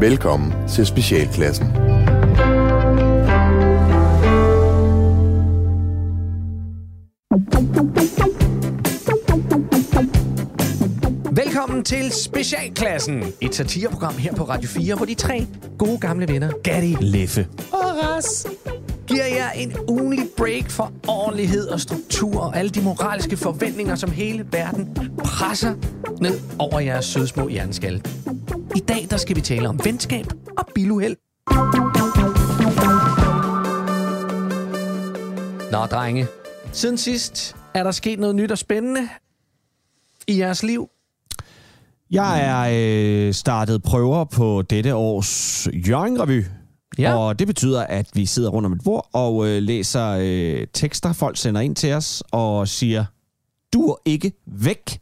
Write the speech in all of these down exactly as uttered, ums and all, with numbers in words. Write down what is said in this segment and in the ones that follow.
Velkommen til Specialklassen. Velkommen til Specialklassen, et satireprogram her på Radio fire, hvor de tre gode gamle venner, Gatti, Leffe og Ras, giver jer en ugenlig break for ordentlighed og struktur og alle de moralske forventninger, som hele verden presser ned over jeres sødsmå hjerneskalle. I dag der skal vi tale om venskab og biluheld. Nå, drenge. Siden sidst er der sket noget nyt og spændende i jeres liv. Jeg er øh, startet prøver på dette års Hjørring Revy. Ja. Og det betyder, at vi sidder rundt om et bord og øh, læser øh, tekster, folk sender ind til os og siger, du er ikke væk.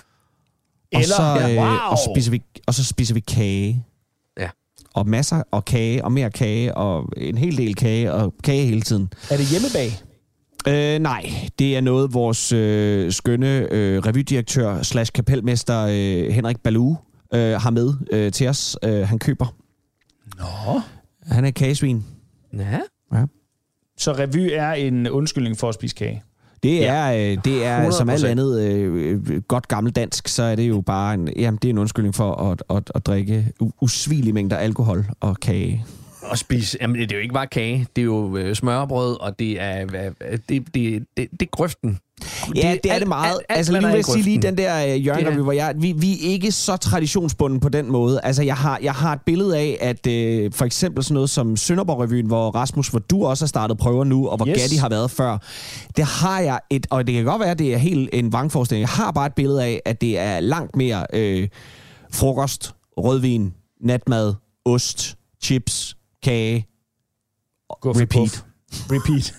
Og, Eller, så, øh, ja, wow. og, spiser vi, og så spiser vi kage. Ja. Og masser og kage og mere kage og en hel del kage og kage hele tiden. Er det hjemmebag? Øh, nej, det er noget, vores øh, skønne øh, revydirektør slash kapelmester øh, Henrik Baloo øh, har med øh, til os. Øh, han køber. Nå. Han er kagesvin. Ja. Ja. Så revy er en undskyldning for at spise kage? Det er, Ja. øh, det er som alt andet øh, godt gammelt dansk, så er det jo bare en, jamen, det er en undskyldning for at, at, at drikke u- usvigelige mængder alkohol og kage. Og spise, jamen det er jo ikke bare kage, det er jo øh, smørbrød, og det er, det, det, det, det, det er grøften. Ja, det er det meget. Alt, alt, altså lige vil jeg sige lige den der uh, Jørgen Revy, hvor jeg, vi, vi er ikke så traditionsbunden på den måde. Altså jeg har, jeg har et billede af, at uh, for eksempel sådan noget som Sønderborg-revyen, hvor Rasmus, hvor du også har startet prøver nu, og hvor Yes. Gatti har været før. Det har jeg et, og det kan godt være, at det er helt en vrangforestilling. Jeg har bare et billede af, at det er langt mere øh, frokost, rødvin, natmad, ost, chips, kage, Gå for repeat. puff. Repeat.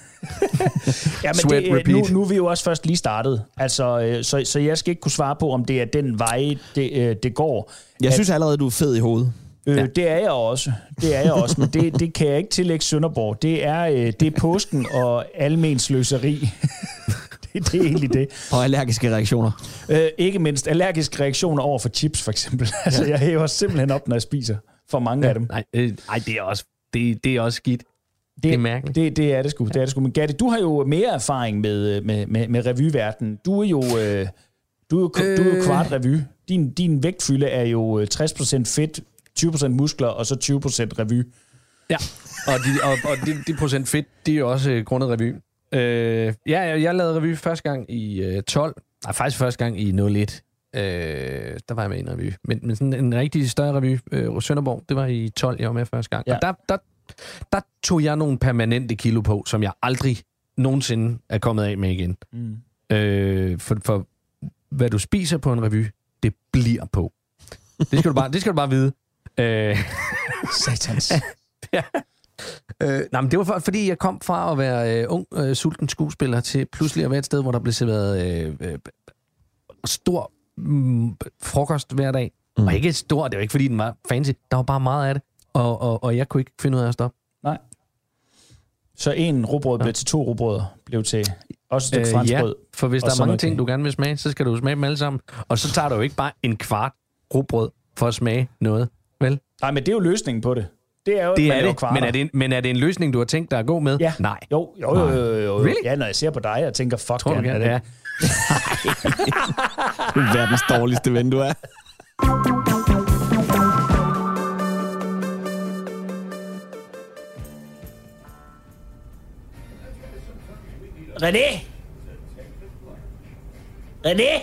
ja, men Sweat, det, øh, repeat. nu, nu er vi jo også først lige startet. Altså, øh, så, så jeg skal ikke kunne svare på, om det er den vej, det, øh, det går. Jeg At, synes allerede, du er fed i hovedet. øh, Ja. Det er jeg også. Det er jeg også, men det, det kan jeg ikke tillægge Sønderborg. Det er, øh, det er påsken og almensløseri. det, det er egentlig det. Og allergiske reaktioner. Øh, ikke mindst allergiske reaktioner over for chips, for eksempel. altså, jeg hæver simpelthen op, når jeg spiser for mange ja. af dem. Nej, øh, ej, det er også, det, det er også skidt. Det, det er mærkeligt. Det, det er det sgu. Det er det sgu. Men Gatti, du har jo mere erfaring med, med, med, med revyverdenen. Du er jo, øh, du er jo, øh... du er jo kvart revy. Din, din vægtfylde er jo tres procent fedt, tyve procent muskler og så tyve procent revy. Ja, og de, og, og de, de procent fedt, de er jo også øh, grundet revy. Øh, ja, jeg, jeg lavede revy første gang i øh, tolv. Nej, faktisk første gang i nul et. Øh, der var jeg med i en revy. Men, men sådan en rigtig større revy, øh, Sønderborg, det var i tolv, jeg var med første gang. Ja. Og der, der, der tog jeg nogle permanente kilo på, som jeg aldrig nogensinde er kommet af med igen. Mm. Øh, for, for hvad du spiser på en revy, det bliver på. Det skal du bare, det skal du bare vide. Øh, Satans. ja. Øh, nej, men det var for, fordi jeg kom fra at være øh, ung, øh, sulten skuespiller til pludselig at være et sted, hvor der blev serveret øh, øh, stor mm, frokost hver dag. Mm. Og ikke stor, det var ikke fordi den var fancy. Der var bare meget af det, og, og, og jeg kunne ikke finde ud af at stoppe. Nej. Så en rugbrød blev til to rugbrøder, blev til også et stykke Øh, franskbrød. ja, for hvis og der er så mange noget ting, kage. du gerne vil smage, så skal du smage dem alle sammen. Og så tager du jo ikke bare en kvart rugbrød for at smage noget, vel? Nej, men det er jo løsningen på det. Det er jo, Det at man er laver det, kvarter. men er det, en, men er det en løsning, du har tænkt dig at gå med? Ja. Nej. Jo, jo, jo, jo, jo. Really? Ja, når jeg ser på dig, jeg tænker, fuck, Tror du gerne, gerne? er Ja. det. Du er verdens dårligste ven, du er. René? René?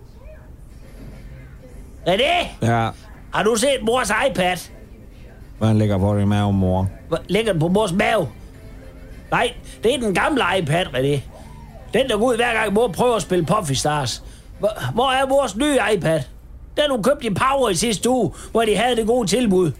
René? Ja, Har du set mors iPad? hvordan ligger på din mave, mor? Hvor ligger den på mors mave? Nej, det er den gamle iPad, René. Den, der går ud hver gang mor prøver at spille Puffy Stars. Hvor, hvor er vores nye iPad? Den du købte i Power i sidste uge, hvor de havde det gode tilbud.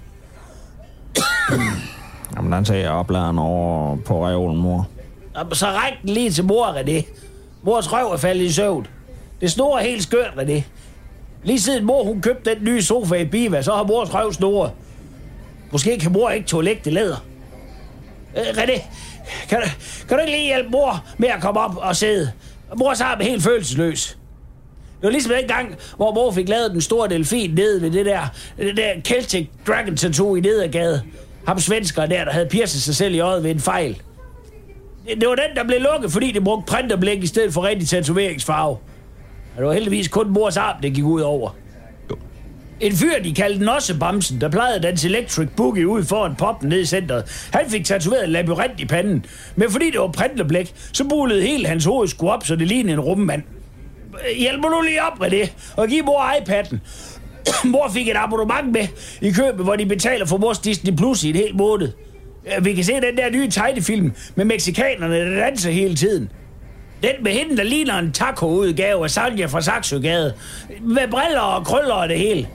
Jamen, den tager jeg opladeren over på reolen, mor. Jamen, så ræk den lige til mor, René. Mors røv er faldet i søvn. Det snor helt skørt, René. Lige siden mor hun købte den nye sofa i Biva, så har mors røv snoret. Måske kan mor ikke tåle ægte læder. Øh, René, kan, kan du ikke lige hjælpe mor med at komme op og sidde? Mors arm er helt følelsesløs. Det var ligesom den gang, hvor mor fik lavet den store delfin nede ved det der, det der Celtic Dragon Tattoo i Nedergade. Ham svensker der, der havde piercet sig selv i øjet ved en fejl. Det, det var den, der blev lukket, fordi det brugte printerblæk i stedet for rigtig tatoveringsfarve. Og det var heldigvis kun mors arm, det gik ud over. En fyr, de kaldte Nossebamsen, der plejede dans Electric Boogie ud foran poppen ned i centret. Han fik tatoveret en labyrint i panden. Men fordi det var printerblæk, så bulede hele hans hoved sgu op, så det lignede en rummand. Hjælp mig nu lige op med det, og giv mor iPad'en. Mor fik et abonnement med i købet, hvor de betaler for mors Disney Plus i et helt måned. Vi kan se den der nye tegnefilm med mexikanerne, der danser hele tiden. Den med hende, der ligner en taco-udgave af Sanja fra Saxogade. Med briller og krøller og det hele.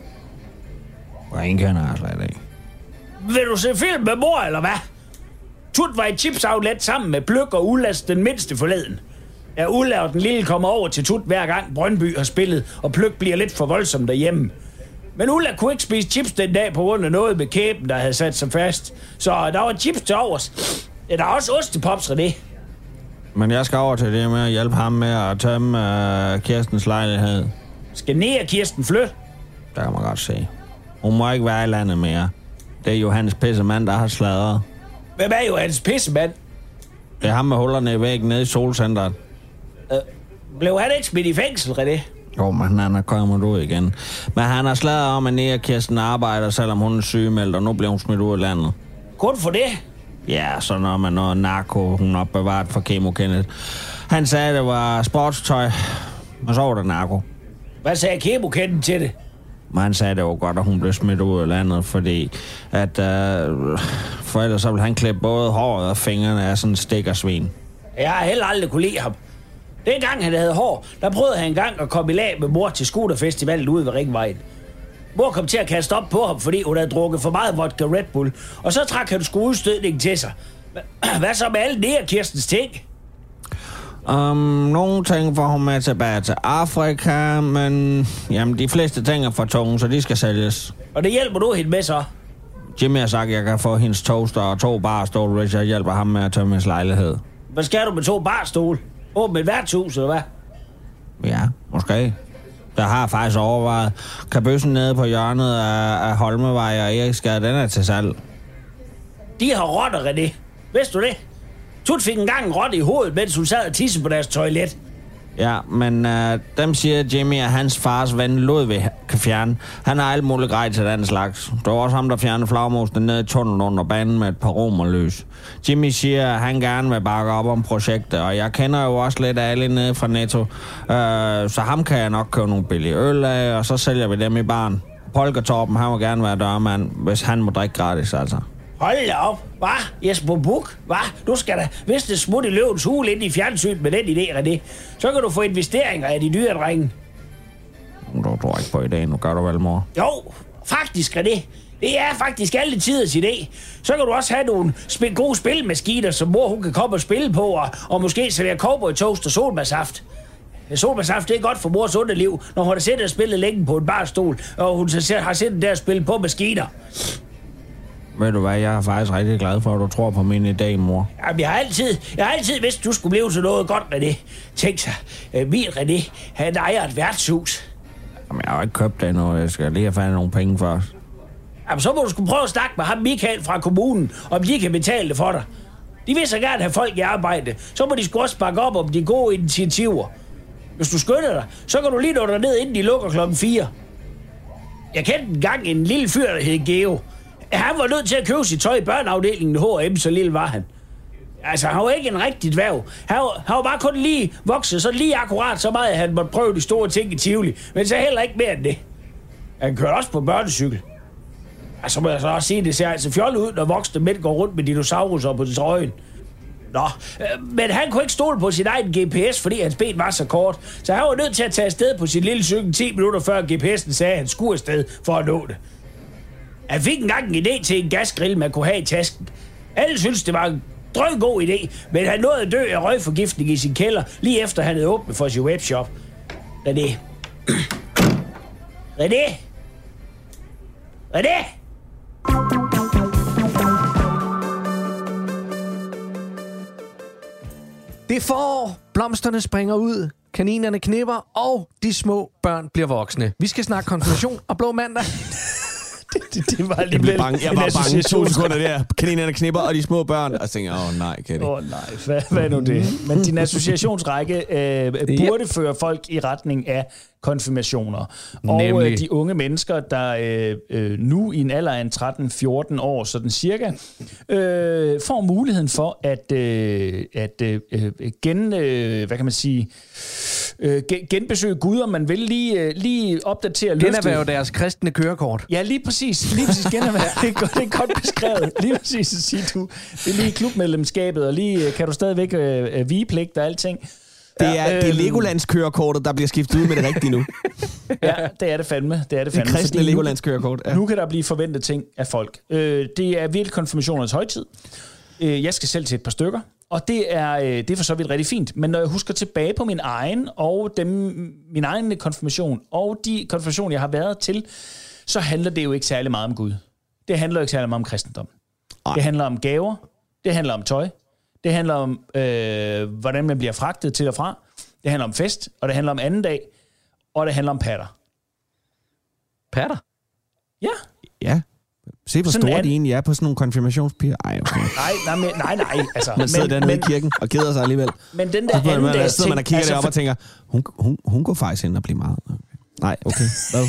Hvordan kan jeg slet ikke? Vil du se film med mor, eller hvad? Tut var i Chips Outlet sammen med Pløk og Ullas den mindste forleden. Ja, Ulla og den lille kommer over til Tut hver gang Brøndby har spillet, og Pløk bliver lidt for voldsom derhjemme. Men Ulla kunne ikke spise chips den dag på grund af noget med kæben, der havde sat sig fast. Så der var chips til overs. Ja, der er også ostepops, René. Men jeg skal over til det med at hjælpe ham med at tømme uh, Kirstens lejlighed. Skal ned Kirsten flytte? Der kan man godt se. Hun må ikke være i landet mere. Det er jo hans pissemand, der har sladret. Hvem er jo hans pissemand? Det er ham med hullerne i væggen nede i solcenteret. Øh, blev han ikke smidt i fængsel, René? Jo, men han er kommet ud igen. Men han har sladret om, at Nea Kirsten arbejder, selvom hun er sygemeldt, og nu bliver hun smidt ud af landet. Kun for det? Ja, så når man noget narko, hun har bevaret for Kemo Kenneth. Han sagde, at det var sportstøj, og så var det narko. Hvad sagde Kemo Kenneth til det? Men han sagde, at det var godt, at hun blev smidt ud af landet, fordi at øh, for ellers så ville han klippe både håret og fingrene af sådan en stikkersvin. Jeg har heller aldrig kunne lide ham. Dengang han havde hår, der prøvede han engang at komme i lag med mor til Scooterfestivalen ude ved Ringvejen. Mor kom til at kaste op på ham, fordi hun havde drukket for meget vodka Red Bull, og så trak han sgu udstødningen til sig. Hvad så med alle Nea Kirstens ting? Um, nogle ting får hun med tilbage til Afrika, men jamen, de fleste ting er for tunge, så de skal sælges. Og det hjælper du hende med så? Jimmy har sagt, at jeg kan få hendes toaster og to barstol, hvis jeg hjælper ham med at tømme hans lejlighed. Hvad skal du med to barstol? Åbne et værtshus, eller hvad? Ja, måske. Der har jeg faktisk overvejet. Kabøssen nede på hjørnet af, af Holmevej og Eriksgade, den er til salg. De har rotter, René. Vidste du det? Tut fik engang en rotte i hovedet, mens hun sad og tissede på deres toilet. Ja, men øh, dem siger Jimmy, at hans fars ven Ludvig kan fjerne. Han har alt muligt grej til den slags. Det var også ham, der fjernede flagmusene ned i tunnelen under banen med et par romerløs. Jimmy siger, at han gerne vil bakke op om projektet, og jeg kender jo også lidt af alle nede fra Netto. Øh, så ham kan jeg nok købe nogle billige øl af, og så sælger vi dem i baren. Polker Torben, han må gerne være dørmand, hvis han må drikke gratis, altså. Hold da op. Hvad? Jesper Buch? Hvad? Du skal da, hvis det smut i løvens hule ind i fjernsyn med den idé, René, så kan du få investeringer af de dyre drenge. Du tror ikke på idéen, nu gør du vel, mor? Jo, faktisk, René. Det er faktisk alle tiders idé. Så kan du også have nogle spil- gode spilmaskiner, som mor hun kan komme og spille på, og, og måske servere cowboy toast og solbærsaft. Solbærsaft, det er godt for mors underliv, når hun har siddet og spillet længe på en barstol, og hun har siddet der og spillet på maskiner. Ved du hvad, jeg er faktisk rigtig glad for, at du tror på min idé, mor. Jamen, jeg har altid, jeg har altid vidst, at du skulle blive til noget godt, René. Tænk sig, øh, min René, han ejer et værtshus. Jamen, jeg har ikke købt det endnu. Jeg skal lige have fandt nogle penge først. Jamen, så må du skulle prøve at snakke med ham Michael fra kommunen, om de kan betale det for dig. De vil så gerne have folk i arbejde. Så må de sgu også bakke op om de gode initiativer. Hvis du skynder dig, så kan du lige nå dig ned, inden de lukker klokken fire. Jeg kendte engang en lille fyr, der hed Geo. Han var nødt til at købe sit tøj i børneafdelingen i H og M, så lille var han. Altså, han var ikke en rigtig dværg. Han var, han var bare kun lige vokset, så lige akkurat så meget, at han måtte prøve de store ting i Tivoli. Men så heller ikke mere end det. Han kørte også på børnecykel. Altså, må jeg så også sige, det ser altså fjollet ud, når voksne mænd går rundt med dinosauruser på trøjen. Nå, men han kunne ikke stole på sin egen G P S, fordi hans ben var så kort. Så han var nødt til at tage afsted på sin lille cykel ti minutter før G P S'en sagde, at han skulle afsted for at nå det. Han fik engang en idé til en gasgrill, man kunne have i tasken. Alle syntes, det var en drøngod idé, men han nåede at dø af røgforgiftning i sin kælder, lige efter han havde åbnet for sin webshop. René. René. René. Det er forår. Blomsterne springer ud. kaninerne knipper, og de små børn bliver voksne. Vi skal snakke konfirmation og blå mandag. det, det var jeg blev bange. Jeg var bange to sekunder der. Kaninerne knipper, og de små børn. Og jeg tænkte, åh oh, nej, kan det? Åh oh, nej, hvad, hvad er nu det? Men din associationsrække øh, burde yep. føre folk i retning af konfirmationer. Og øh, de unge mennesker, der øh, øh, nu i en alder af tretten fjorten år, sådan cirka, øh, får muligheden for at, øh, at øh, gen, øh, hvad kan man sige, øh, genbesøge Gud, om man vil lige, øh, lige opdatere løftet. Generhverve deres kristne kørekort. Ja, lige præcis. Lige præcis generhverve. Det er godt, det er godt beskrevet. Lige præcis at sige, du, det er lige klubmedlemskabet, og lige kan du stadigvæk øh, vigepligt og alting. Det er, ja, det er Legolands-kørekortet, der bliver skiftet ud med det rigtige nu. Ja, det er det fandme. Det er det fandme. Det kristne Legolands-kørekort. Ja. Nu kan der blive forventet ting af folk. Øh, det er virkelig konfirmationernes højtid. Øh, jeg skal selv til et par stykker, og det er, øh, det er for så vidt rigtig fint. Men når jeg husker tilbage på min egen og dem, min egen konfirmation, og de konfirmationer, jeg har været til, så handler det jo ikke særlig meget om Gud. Det handler jo ikke særlig meget om kristendom. Ej. Det handler om gaver. Det handler om tøj. Det handler om, øh, hvordan man bliver fragtet til og fra. Det handler om fest, og det handler om anden dag, og det handler om patter. Patter? Ja. Ja. Se, hvor store an... de egentlig er på sådan nogle konfirmationspiger. Ej, okay. Nej, nej, nej, nej, nej. Altså, man sidder dernede i kirken og keder sig alligevel. Men den der anden dag... Der sidder man og kigger altså, deroppe og tænker, hun, hun, hun går faktisk ind og bliver meget... Nej, okay. Hvad?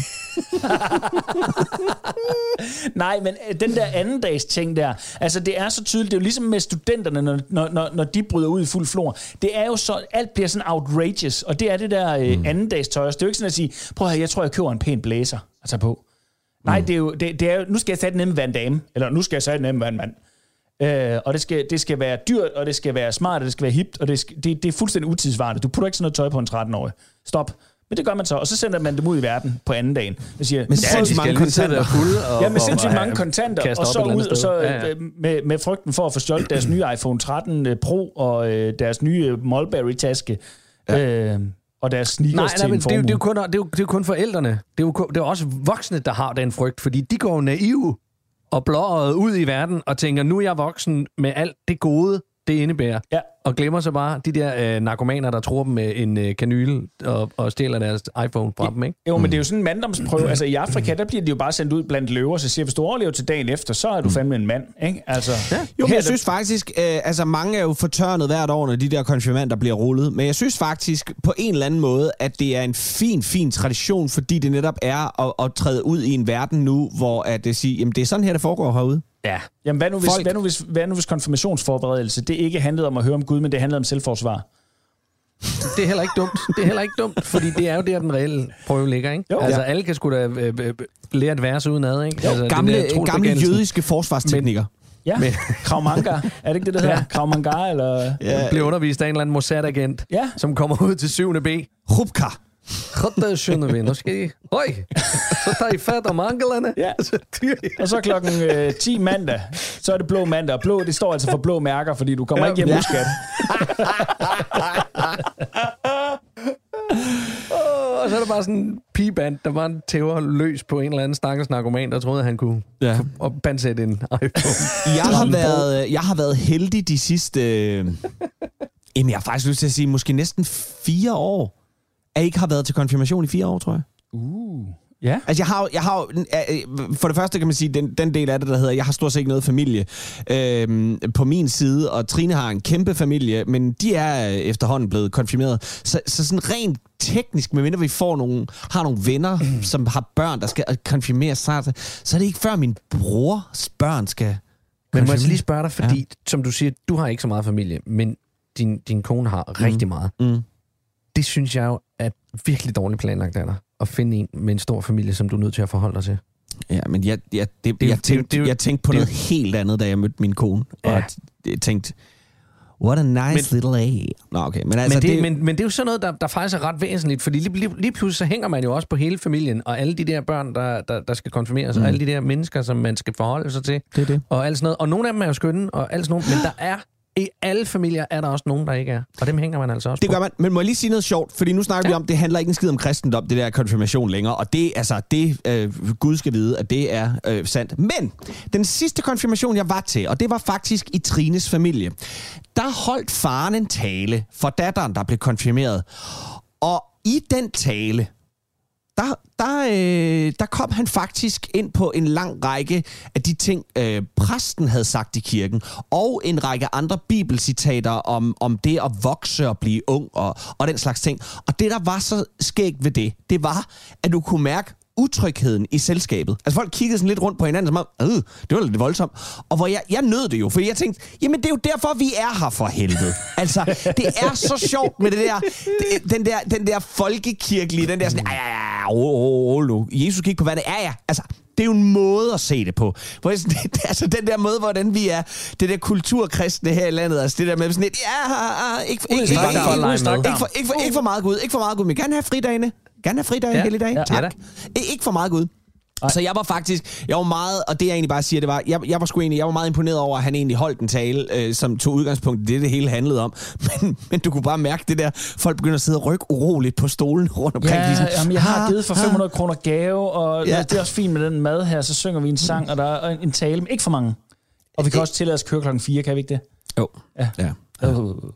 Nej, men den der anden dags ting der, altså det er så tydeligt, det er jo ligesom med studenterne, når, når, når de bryder ud i fuld flor. Det er jo så, alt bliver sådan outrageous, og det er det der øh, mm. anden dags tøj. Det er jo ikke sådan at sige, prøv her, jeg tror, jeg køber en pæn blæser at tage på. Mm. Nej, det er jo, det, det er jo, nu skal jeg sætte nemme være en dame, eller nu skal jeg sætte nemme være en mand. Øh, og det skal, det skal være dyrt, og det skal være smart, og det skal være hipt, og det, skal, det, det er fuldstændig utidsvarende. Du putter ikke sådan noget tøj på en tretten-årig. Stop. Men det gør man så, og så sender man dem ud i verden på anden dagen. Jeg siger, med sindssygt mange kontanter. Og, ja, med sindssygt mange kontanter, og så ud og så ja, ja. Med, med frygten for at få stjålet deres nye iPhone tretten Pro og øh, deres nye Mulberry-taske ja. øh, og deres sneakers nej, til nej, men en formue. Det er jo kun, det er jo, det er jo kun forældrene. Det er, jo, det er jo også voksne, der har den frygt, fordi de går naive og blåret ud i verden og tænker, nu er jeg voksen med alt det gode, det indebærer. Ja. Og glemmer så bare de der øh, narkomaner, der tror dem med en øh, kanyle og, og stjæler deres iPhone fra dem, ikke? Jo, men det er jo sådan en manddomsprøve. Altså i Afrika, der bliver de jo bare sendt ud blandt løver, så siger, hvis du overlever til dagen efter, så er du fandme en mand, ikke? Altså, ja. Jo, men jeg synes faktisk, øh, altså mange er jo fortørnet hvert år, når de der konfirmander bliver rullet, men jeg synes faktisk på en eller anden måde, at det er en fin, fin tradition, fordi det netop er at, at træde ud i en verden nu, hvor at det siger, jamen det er sådan her, det foregår herude. Ja. Jamen, hvad nu, hvis, hvad, nu, hvis, hvad nu hvis konfirmationsforberedelse, det ikke handlede om at høre om Gud, men det handlede om selvforsvar? Det er heller ikke dumt. Det er heller ikke dumt, fordi det er jo der, den reelle prøve ligger, ikke? Jo. Altså, ja. Alle kan sgu da øh, øh, lære et vers udenad, ikke? Altså, gamle gamle jødiske forsvarsteknikker. Ja, Krav Maga. Er det ikke det, der hedder? Ja. Krav Maga, eller... Ja. Bliver undervist af en eller anden Mossad-agent, ja. Som kommer ud til syvende B. Rubka. Godt, skønner vi. Nu skal I... Øj! Så tager I fat om anklerne. Ja. Og så klokken øh, ti mandag, så er det blå mandag. Og blå, det står altså for blå mærker, fordi du kommer ja. ikke hjem ja. skat. oh, og så er der bare sådan en pigeband, der var en tæver løs på en eller anden stakkels narkoman, der troede, at han kunne ja. og bandsætte en iPhone. Jeg har, været, jeg har været heldig de sidste... Øh, jamen, jeg har faktisk lyst til at sige, måske næsten fire år. Jeg ikke har været til konfirmation i fire år, tror jeg. Uh, ja. Yeah. Altså, jeg har, jeg har for det første kan man sige, den, den del af det, der hedder, jeg har stort set ikke noget familie øhm, på min side, og Trine har en kæmpe familie, men de er efterhånden blevet konfirmeret. Så, så sådan rent teknisk, medmindre vi får nogle, har nogle venner, mm. som har børn, der skal konfirmeres, så, så er det ikke før min brors børn skal Men må jeg lige spørge dig, fordi, ja. som du siger, du har ikke så meget familie, men din, din kone har mm. rigtig meget. Mm. Det synes jeg jo er virkelig dårligt planlagt af dig, at finde en med en stor familie, som du er nødt til at forholde dig til. Ja, men jeg, jeg, det, det, jeg, tænkte, det, jeg tænkte på det, noget det, helt andet, da jeg mødte min kone. Ja. Og jeg tænkte, what a nice men, little A. Nå, okay. Men, altså, men, det, det, men, men det er jo sådan noget, der, der faktisk er ret væsentligt, fordi lige, lige, lige pludselig så hænger man jo også på hele familien, og alle de der børn, der, der, der skal konfirmeres, mm. og alle de der mennesker, som man skal forholde sig til. Det er det. Og alt sådan noget. Og nogle af dem er jo skønne, og alt sådan noget, men der er... I alle familier er der også nogen, der ikke er. Og dem hænger man altså også det på. Det gør man. Men må jeg lige sige noget sjovt? Fordi nu snakker ja. vi om, det handler ikke en skid om kristendom, det der konfirmation længere. Og det, altså, det, øh, Gud skal vide, at det er øh, sandt. Men den sidste konfirmation, jeg var til, og det var faktisk i Trines familie, der holdt faren en tale for datteren, der blev konfirmeret. Og i den tale, der, der, øh, der kom han faktisk ind på en lang række af de ting, øh, præsten havde sagt i kirken, og en række andre bibelcitater om, om det at vokse og blive ung og, og den slags ting. Og det, der var så skægt ved det, det var, at du kunne mærke utrygheden i selskabet. Altså folk kiggede sådan lidt rundt på hinanden, som om, øh, det var lidt voldsomt. Og hvor jeg, jeg nød det jo, for jeg tænkte, jamen det er jo derfor, vi er her for helvede. Altså, det er så sjovt med det der, det, den der, den der folkekirkelige, den der sådan, ja, ja, ja, oh, oh, Jesus gik på vandet, ja, ja, altså, det er jo en måde at se det på. Hvor jeg sådan, det, altså den der måde, hvordan vi er, det der kulturkristne her i landet, altså det der med sådan lidt, ja, ikke, ikke, ikke, ikke, ikke, for, ikke, for, ikke for meget Gud, ikke for meget Gud, men gerne have fridagene. Gerne have fridage, ja, helligdag. Ja, tak. Ja, ikke for meget Gud. Ej. Så jeg var faktisk, jeg var meget, og det jeg egentlig bare siger, det var, jeg, jeg var sgu egentlig, jeg var meget imponeret over, at han egentlig holdt en tale, øh, som tog udgangspunkt i det, det hele handlede om. Men, men du kunne bare mærke det der, folk begynder at sidde og rykke uroligt på stolen rundt omkring. Ja, ligesom, jamen, jeg har givet for fem hundrede kroner gave, og ja. Det er også fint med den mad her, så synger vi en sang, og der er en tale, men ikke for mange. Og vi kan også tillade os køre klokken fire, kan vi ikke det? Jo. Ja. Ja. Ja.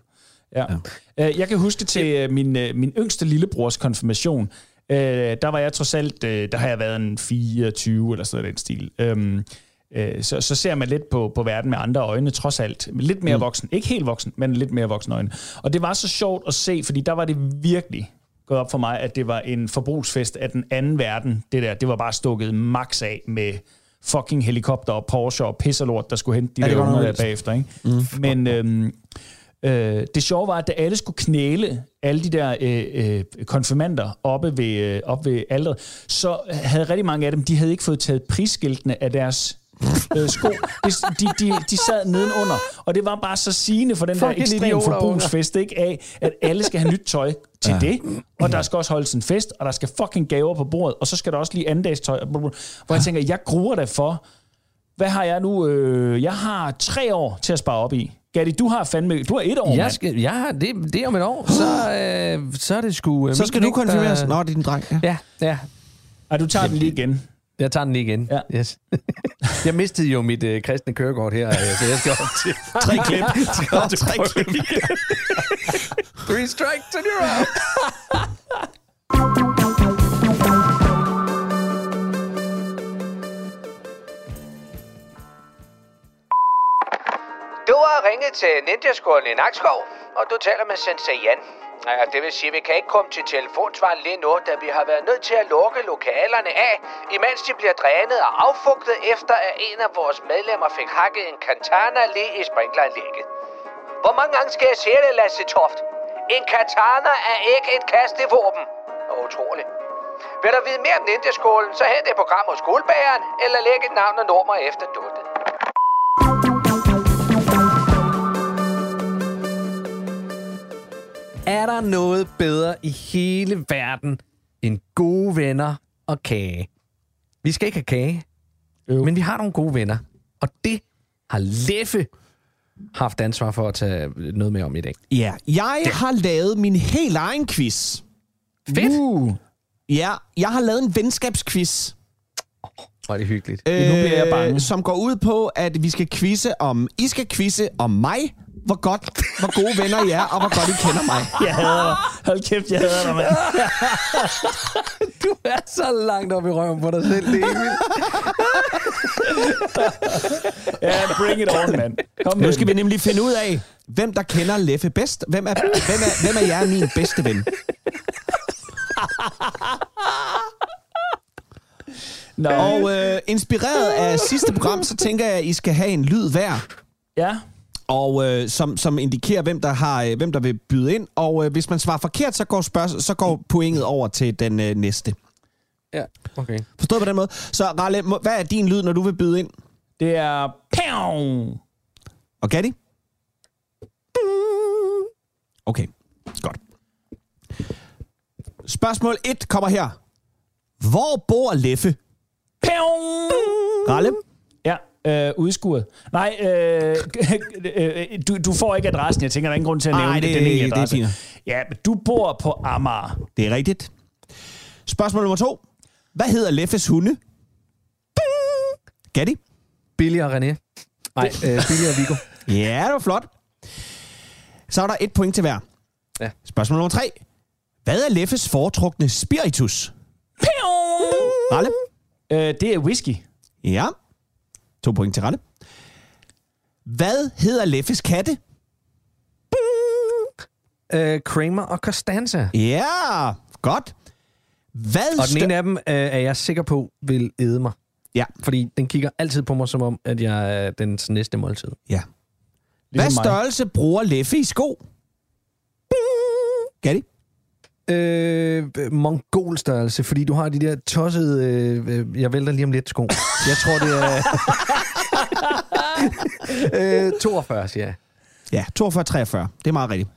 Ja. Ja. Jeg kan huske til min, min yngste lillebrors konfirmation. Uh, der var jeg trods alt, uh, der har jeg været en fireogtyve eller sådan den stil. Um, uh, så, så ser man lidt på, på verden med andre øjne, trods alt. Lidt mere mm. voksen. Ikke helt voksen, men lidt mere voksen øjne. Og det var så sjovt at se, fordi der var det virkelig gået op for mig, at det var en forbrugsfest af den anden verden. Det der, det var bare stukket max af med fucking helikopter og Porsche og pisserlort, der skulle hente de ja, der unger der bagefter. Ikke? Mm. Men øhm, øh, det sjove var, at da alle skulle knæle alle de der øh, øh, konfirmander oppe ved, øh, oppe ved alderet, så havde rigtig mange af dem, de havde ikke fået taget prisskiltene af deres øh, sko. De, de, de, de sad nedenunder, og det var bare så sigende for den Fuck der ekstrem forbrugsfest, ikke, af, at alle skal have nyt tøj til ja. det, og der skal også holdes en fest, og der skal fucking gaver på bordet, og så skal der også lige andagstøj, hvor jeg tænker, jeg gruer da for, hvad har jeg nu? Øh, jeg har tre år til at spare op i. Gatti, du har fandme, du har et år, jeg skal, ja, det, det er om et år, så, øh, så er det sgu... Øh, så skal du konfirmeres. Der... Nå, det er din dreng. Ja, ja. ja. Ej, du tager den lige igen. Jeg tager den lige igen. Ja. Yes. Jeg mistede jo mit øh, kristne kørekort her, så jeg skal op til... Tre klip. Tre klip. Tre klip. Three strikes and you're out. Du har ringet til Ninjaskolen i Nakskov, og du taler med Sensei Jan. Ja, det vil sige, at vi kan ikke komme til telefonsvaren lige nu, da vi har været nødt til at lukke lokalerne af, imens de bliver drænet og affugtet, efter at en af vores medlemmer fik hakket en katana lige i sprinkleranlægget. Hvor mange gange skal jeg sige det, Lasse Toft? En katana er ikke et kastevåben. Utroligt. Vil du vide mere om Ninjaskolen, så hent et program hos Skolebageren, eller læg et navn og nummer efter duttet. Er der noget bedre i hele verden end gode venner og kage? Vi skal ikke have kage, jo. Men vi har nogle gode venner. Og det har Leffe haft ansvar for at tage noget med om i dag. Ja, jeg det. har lavet min helt egen quiz. Fedt! Uh. Ja, jeg har lavet en venskabsquiz. Hvor er det hyggeligt. Øh, nu bliver jeg bange. Som går ud på, at vi skal quizze om... I skal quizze om mig, hvor godt, hvor gode venner I er, og hvor godt I kender mig. Jeg hader dig. Hold kæft, jeg hader dig, mand. Du er så langt op i røven på dig selv, det er Emil. Ja, bring it on, mand. Kom nu skal vi nemlig finde ud af, hvem der kender Leffe bedst. Hvem er, hvem er, hvem er jeg min bedste ven? No. Og øh, inspireret af sidste program, så tænker jeg, at I skal have en lyd hver. Ja. Og øh, som, som indikerer, hvem der, har, øh, hvem der vil byde ind. Og øh, hvis man svarer forkert, så går, spørg- så går pointet over til den øh, næste. Ja, okay. Forstået på den måde? Så Ralle, hvad er din lyd, når du vil byde ind? Det er... Pow! Og Gatti? Okay, godt. Spørgsmål et kommer her. Hvor bor Leffe? Ralle? Ja, øh, udskuret. Nej, øh, øh, du, du får ikke adressen. Jeg tænker, der er ingen grund til at nævne Ej, det. det, det, det er fint. Ja, men du bor på Amager. Det er rigtigt. Spørgsmål nummer to. Hvad hedder Leffes hunde? Gatti? Billy og René. Nej, øh, Billy og Viggo. Ja, det var flot. Så er der et point til hver. Ja. Spørgsmål nummer tre. Hvad er Leffes foretrukne spiritus? Ralle? Øh, det er whisky. Ja. To point til Ralle. Hvad hedder Leffes katte? Øh, Kramer og Costanza. Ja, godt. Hvad Og den stør- ene af dem øh, er jeg sikker på vil æde mig. Ja. Fordi den kigger altid på mig, som om, at jeg er dens næste måltid. Ja. Hvad Ligesom mig. størrelse bruger Leffe i sko? Gatti? Øh, mongolstørrelse, fordi du har de der tossede, øh, jeg vælter lige om lidt sko. Jeg tror, det er... øh, toogfyrre, siger jeg. Ja, toogfyrre treogfyrre. Det er meget rigtigt.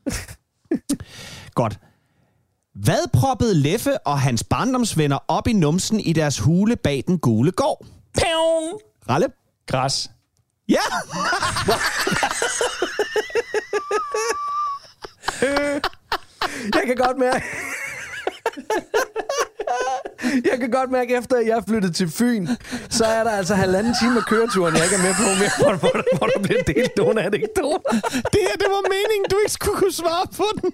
Godt. Hvad proppede Leffe og hans barndomsvenner op i numsen i deres hule bag den gule gård? Pew! Ralle? Græs. Ja! Jeg kan godt mærke... Jeg kan godt mærke, efter at jeg er flyttet til Fyn, så er der altså halvanden time af køreturen, jeg ikke er med på mere, hvor, hvor, der, hvor der bliver delt nogle anekdoter. Det her, det var meningen, du ikke skulle kunne svare på den.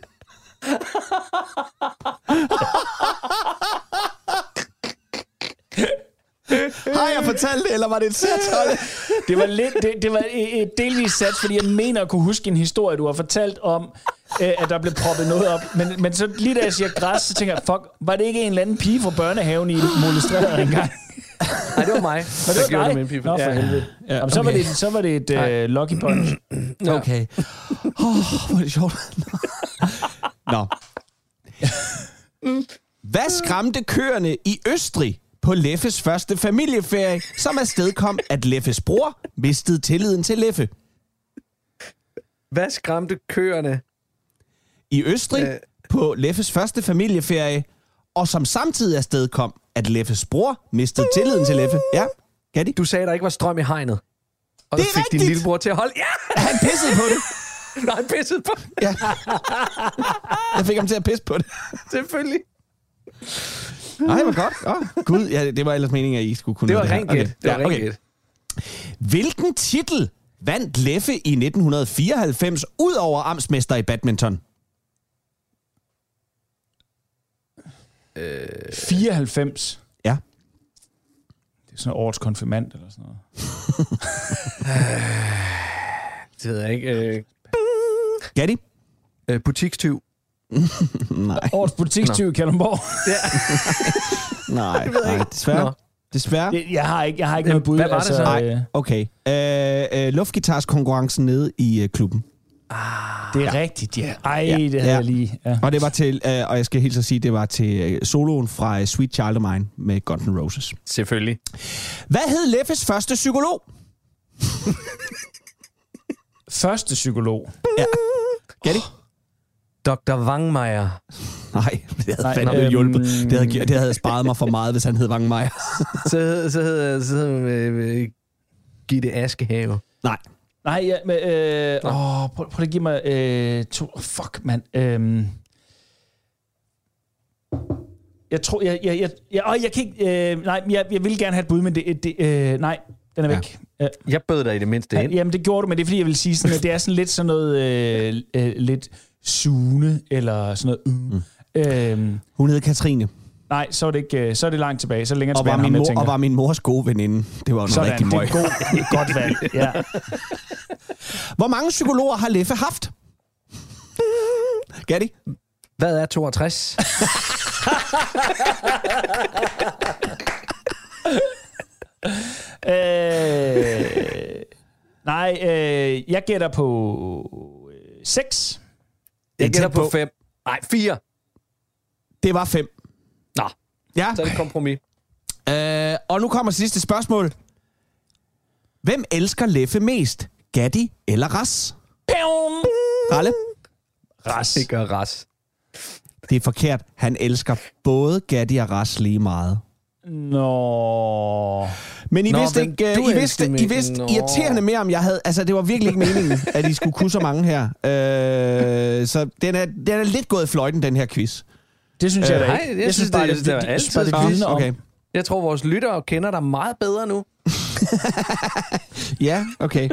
Har jeg fortalt det, eller var det et særtøj? Det var, lidt, det, det var et, et delvist sats, fordi jeg mener at kunne huske en historie, du har fortalt om, øh, at der blev proppet noget op. Men, men så lige da jeg siger græs, så tænker jeg, fuck, var det ikke en eller anden pige fra børnehaven i Molestreret engang? Nej, det var mig. Men det var dig? Min pibe. Nå, for Ja. helvede. Ja, Jamen, så, var okay. det, så var det et uh, lucky punch. Okay. Åh, oh, hvor er det sjovt. Nå. Hvad skræmte køerne i Østrig på Leffes første familieferie, som afstedkom, at Leffes bror mistede tilliden til Leffe? Hvad skræmte køerne? I Østrig Øh. på Leffes første familieferie, og som samtidig afstedkom, at Leffes bror mistede tilliden til Leffe. Ja, Gatti? Du sagde, der ikke var strøm i hegnet. Og Det du er fik din rigtigt. lillebror til at holde... Ja! Han pissede på det. Nej, han pissede på det. Ja. Jeg fik ham til at pisse på det. Selvfølgelig. Nej, det var godt. Oh, Gud, ja, det var ellers meningen, at I skulle kunne Det var noget rent her. gæt. Det var Ja, rent okay. gæt. Hvilken titel vandt Leffe i nitten fireoghalvfems ud over amtsmester i badminton? fireoghalvfems. Ja. Det er sådan en årets konfirmand eller sådan noget. Det ved jeg ikke. Øh, Gatti? øh, butikstyv. Nej, Årets butikstyv i Kalundborg. nej, ved jeg nej, ikke. desværre. Nå. Desværre. Det- Jeg har ikke, jeg har ikke noget bud. hvad var det så? Nej, øh, okay. Øh, øh, luftgitarskonkurrencen nede i øh, klubben. Det er rigtigt, ja. Ej, Ja. det havde Ja. jeg lige. Ja. Og det var til, øh, og jeg skal helt så sige, det var til øh, soloen fra øh, Sweet Child of Mine med Guns N' Roses. Selvfølgelig. Hvad hed Leffes første psykolog? Første psykolog. Ja. Gatti? doktor Wangmeier. Nej, det havde Nej, fandme øhm, hjulpet. Det havde, gi- det havde sparet mig for meget, hvis han hed Wangmeier. Så hed, så hed, så hed øh, Gitte Askehave. Nej. Nej, ja, men, øh, åh, prøv, prøv at give mig øh, to... Fuck, mand. Øhm, jeg tror... Jeg, jeg, jeg, jeg, åh, jeg kan ikke... Øh, nej, jeg, jeg vil gerne have et bud, men det... det øh, nej, den er Ja. væk. Ja. Jeg bød dig i det mindste ind. Jamen, det gjorde du, men det er fordi, jeg vil sige sådan, at det er sådan lidt sådan noget... Øh, øh, lidt sugende, eller sådan noget... Øh, mm. øh, Hun hed Katrine. nej, så er, det ikke, øh, så er det langt tilbage. Så er det længere Og tilbage, var, end min ham, jeg mor, tænker. og var min mors gode veninde. Det var jo noget Sådan, rigtig det er møg. et god, et godt valg. Ja. Hvor mange psykologer har Leffe haft? Gatti? Hvad er toogtres? øh, nej, øh, jeg gætter på øh, seks. Jeg tæt gætter på på. fem. Nej, fire. Det var fem. Nå, Ja. så er det et kompromis. Øh, og nu kommer sidste spørgsmål. Hvem elsker Leffe mest? Gatti eller Ras? Ralle? Ras. Det gør ras. Det er forkert. Han elsker både Gatti og Ras lige meget. Nå. Men I Nå, vidste hvem ikke, uh, du I vidste, elsker I vidste mest? Nå. irriterende mere, om jeg havde... Altså, det var virkelig ikke meningen, at I skulle kunne så mange her. Øh, så den er, den er lidt gået i fløjten, den her quiz. Det synes jeg Øh, da nej, ikke. jeg synes, bare, det- det var det, altid bare, det godt. vidner om. Okay. Jeg tror, vores lyttere kender dig meget bedre nu. Ja, okay.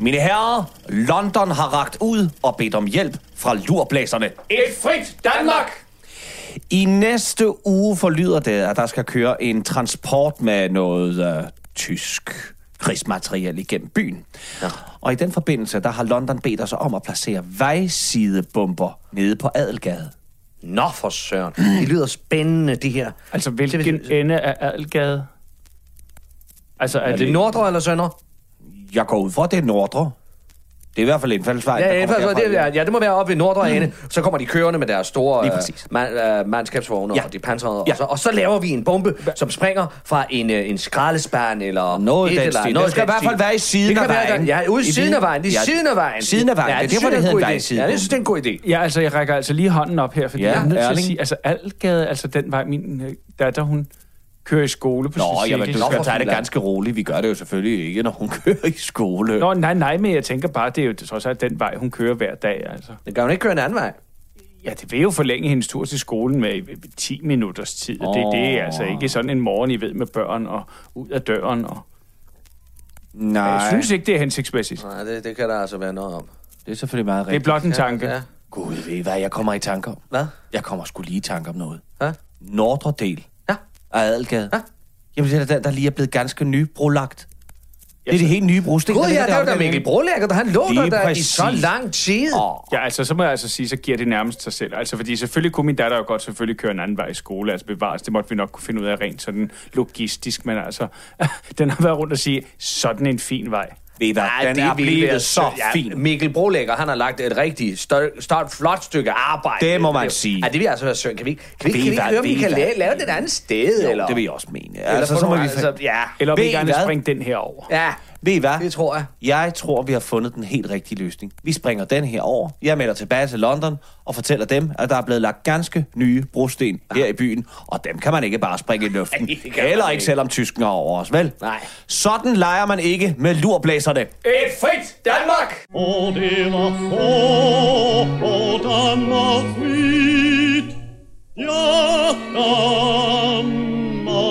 Mine herrer, London har rakt ud og bedt om hjælp fra lurblæserne. Et frit Danmark! I næste uge forlyder det, at der skal køre en transport med noget øh, tysk krigsmateriel igennem byen. Ja. Og i den forbindelse, der har London bedt os om at placere vejsidebomber nede på Adelgade. Nå for søren. Det lyder spændende, det her. Altså, hvilken ende af Adelgade? Altså, er, er det, det nordre eller søndre? Jeg går ud fra, det er nordre. Det er i hvert fald indfaldsvej. Ja, indfaldsvej, det, er, ja, det må være oppe i nordre ende. Mm. Så kommer de kørende med deres store uh, man, uh, mandskabsvogne ja. og de pansrede. Ja. Og, så, og så laver vi en bombe, som springer fra en, uh, en skraldespand eller noget et eller noget. Det skal i hvert fald være i siden af vejen. Ja, ude i siden af vejen. I siden af vejen. Siden af vejen. Ja, det er derfor, det hedder en vejside. Ja, det synes, det er en god idé. Ja, altså, jeg rækker altså lige hånden op her, fordi ja, jeg er nødt til at sige, altså, Adelgade, altså den vej, min datter, hun kører i skole på Nå, jamen, du skal tage det ganske roligt. Vi gør det jo selvfølgelig ikke, når hun kører i skole. Nå, nej, nej, men jeg tænker bare, det er jo trods alt den vej, hun kører hver dag, altså. Det kan hun ikke køre en anden vej. Ja, det vil jo forlænge hendes tur til skolen med ti minutters tid, og det, det er altså ikke sådan en morgen, I ved, med børn og ud af døren. Og... Nej. Jeg synes ikke, det er hensigtsmæssigt. Nej, det, det kan der altså være noget om. Det er selvfølgelig meget rigtigt. Det er blot en tanke. Ja, ja. Gud, ved I hvad jeg kommer i tanke om? Hvad? Jeg kommer sgu lige i tanke om noget. Hvad? Nordre del ja. af Adelgade. Ja. Jamen, det er den, der lige er blevet ganske nybrolagt. Det er det helt nye brosten. Gud, ja, det er jo da Mikkel Brolægger, der han lå der, der i så lang tid. Oh. Ja, altså, så må jeg altså sige, så giver det nærmest sig selv. Altså, fordi selvfølgelig kunne min datter jo godt selvfølgelig køre en anden vej i skole, altså bevares. Det måtte vi nok kunne finde ud af rent sådan logistisk, men altså, den har været rundt og sige, sådan en fin vej. Ved hvad, den er blevet så ja, fin. Mikkel Brolægger, han har lagt et rigtig stort, flot stykke arbejde. Det må man sige. Ja, det vil altså være synd. Kan vi, kan vi, kan vi ikke høre, om vi kan lave, lave det et andet sted? Jo, eller? det vil jeg også mene. Eller, altså, så må vi altså, ja. Eller om vi gerne springe den her over. Ja, ved I hvad? Det tror jeg. Jeg tror, vi har fundet den helt rigtige løsning. Vi springer den her over. Jeg melder tilbage til London og fortæller dem, at der er blevet lagt ganske nye brosten ja. her i byen. Og dem kan man ikke bare springe i luften. Heller ikke, selvom tyskerne er over os, vel? Nej. Sådan leger man ikke med lurblæserne. Et frit Danmark! Og det var få, og Danmark frit. Ja, Danmark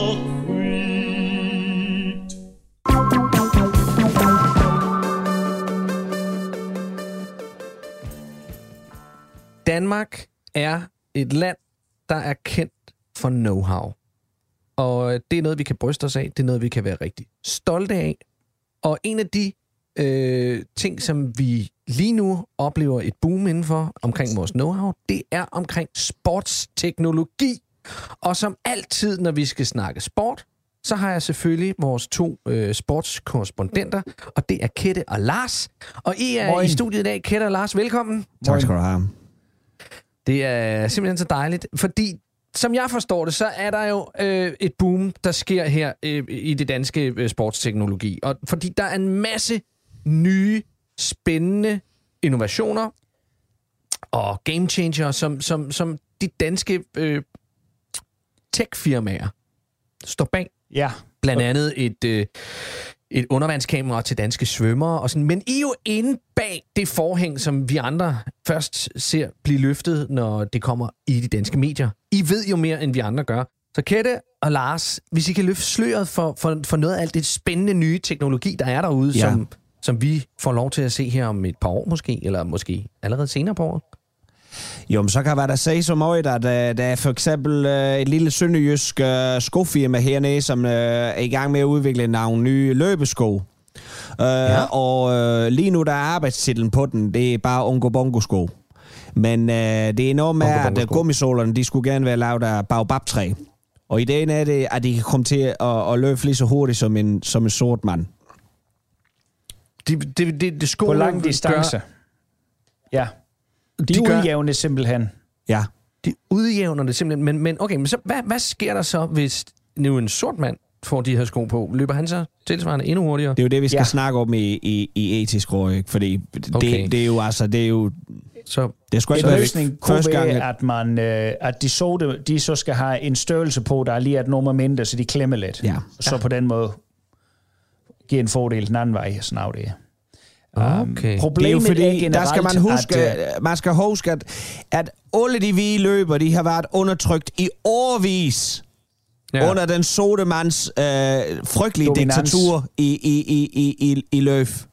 frit. Danmark er et land, der er kendt for know-how. Og det er noget, vi kan bryste os af. Det er noget, vi kan være rigtig stolte af. Og en af de øh, ting, som vi lige nu oplever et boom indenfor omkring vores know-how, det er omkring sportsteknologi. Og som altid, når vi skal snakke sport, så har jeg selvfølgelig vores to øh, sportskorrespondenter, og det er Kette og Lars. Og I er Moin. I studiet i dag. Kette og Lars, velkommen. Tak skal du have. Det er simpelthen så dejligt, fordi som jeg forstår det, så er der jo øh, et boom, der sker her øh, i det danske øh, sportsteknologi. Og fordi der er en masse nye, spændende innovationer og game changer, som, som, som de danske øh, tech-firmaer står bag. Ja. Blandt andet et, øh, et undervandskamera til danske svømmere og sådan. Men I er jo inde bag det forhæng, som vi andre først ser blive løftet, når det kommer i de danske medier. I ved jo mere, end vi andre gør. Så Kette og Lars, hvis I kan løfte sløret for, for, for noget af alt det spændende nye teknologi, der er derude, ja. som, som vi får lov til at se her om et par år måske, eller måske allerede senere på året. Jo, men så kan jeg da sige så meget, at uh, der er for eksempel uh, et lille sønderjysk uh, skofirma hernede, som uh, er i gang med at udvikle nogle nye løbesko. Uh, ja. Og uh, lige nu der er arbejdstitlen på den, det er bare Ongo Bongo sko. Men uh, det er noget med, at gummisålerne, de skulle gerne være lavet af baobab-træ. Og ideen er det, at de kan komme til at, at løbe lige så hurtigt som en, som en sort mand. Det, det, det, det sko, på lang distance. Gør... Ja. De, de udjævner simpelthen. Ja. De udjævner det simpelthen. Men, men okay, men så, hvad, hvad sker der så, hvis nu en sort mand får de her sko på? Løber han så tilsvarende endnu hurtigere? Det er jo det, vi skal ja. snakke om i, i, i etisk råd, ikke? Fordi okay. det, det er jo altså, det er jo... Så det skulle ikke være løsning første gang, at man øh, at de så de så skal have en størrelse på, der er lige et nummer mindre, så de klemmer lidt. Ja. Så ja. på den måde giver en fordel den anden vej, sådan af det. Okay. Problemet det er jo fordi, er der skal man huske, at, man skal huske, at, at alle de hvide løber, de har været undertrykt i årvis ja. under den sorte mands øh, frygtelige dominans. Diktatur i, i, i, i, i, i løb.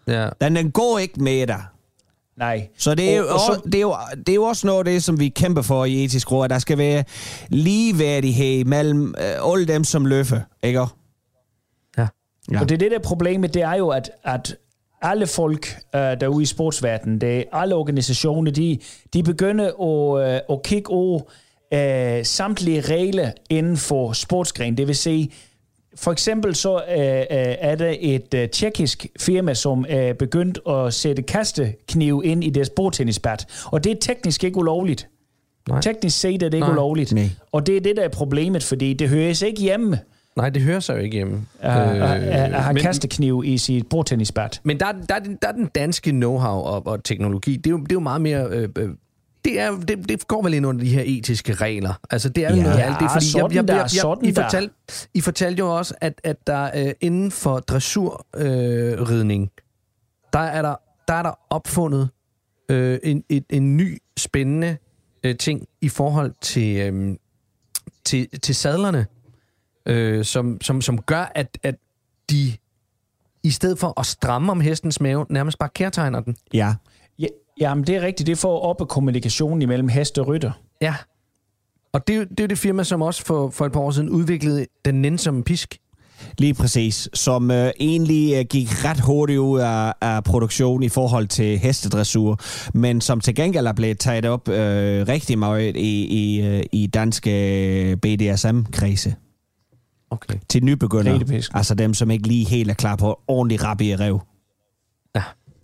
Ja. Den, den går ikke med dig. Nej. Så det er, og, jo, og så, det, er jo, det er jo også noget af det, som vi kæmper for i Etisk Råd, at der skal være ligeværdighed mellem øh, alle dem, som løfter, ikke? Ja. Ja. Og det er det der problemet, det er jo, at, at alle folk øh, derude i sportsverdenen, det, alle organisationer, de, de begynder at, øh, at kigge over øh, samtlige regler inden for sportsgren. Det vil sige, for eksempel så øh, er der et øh, tjekkisk firma, som er begyndt at sætte kastekniv ind i deres bordtennisbat. Og det er teknisk ikke ulovligt. Nej. Teknisk set er det ikke Nej. ulovligt. Nej. Og det er det, der er problemet, fordi det høres ikke hjemme Nej, det hører sig jo ikke hjemme. at Øh, have men- kastekniv i sit bordtennisbat. Men der, der, er den- der er den danske know-how og, og teknologi, det er, jo, det er jo meget mere... Øh, øh, det, er, det, det går vel ind under de her etiske regler. Altså, det er jo Ja. noget af alt det, fordi sådan jeg, jeg, der, jeg, jeg, sådan I, der. fortalte, I fortalte jo også, at, at der øh, inden for dressurridning, øh, ridning, der, er der, der er der opfundet øh, en, et, en ny, spændende øh, ting i forhold til, øh, til, til sadlerne, øh, som, som, som gør, at, at de i stedet for at stramme om hestens mave, nærmest bare kærtegner den. Ja. Ja, jamen, det er rigtigt. Det får op af kommunikationen imellem hest og rytter. Ja. Og det er jo det, er jo det firma, som også for, for et par år siden udviklede den nænsomme pisk. Lige præcis. Som øh, egentlig øh, gik ret hurtigt ud af, af produktion i forhold til hestedressur, men som til gengæld er blevet taget op øh, rigtig meget i, i, øh, i danske B D S M-kredse. Okay. Til nybegyndere. Ridepisk. Altså dem, som ikke lige helt er klar på ordentlig rap i rev. Ja.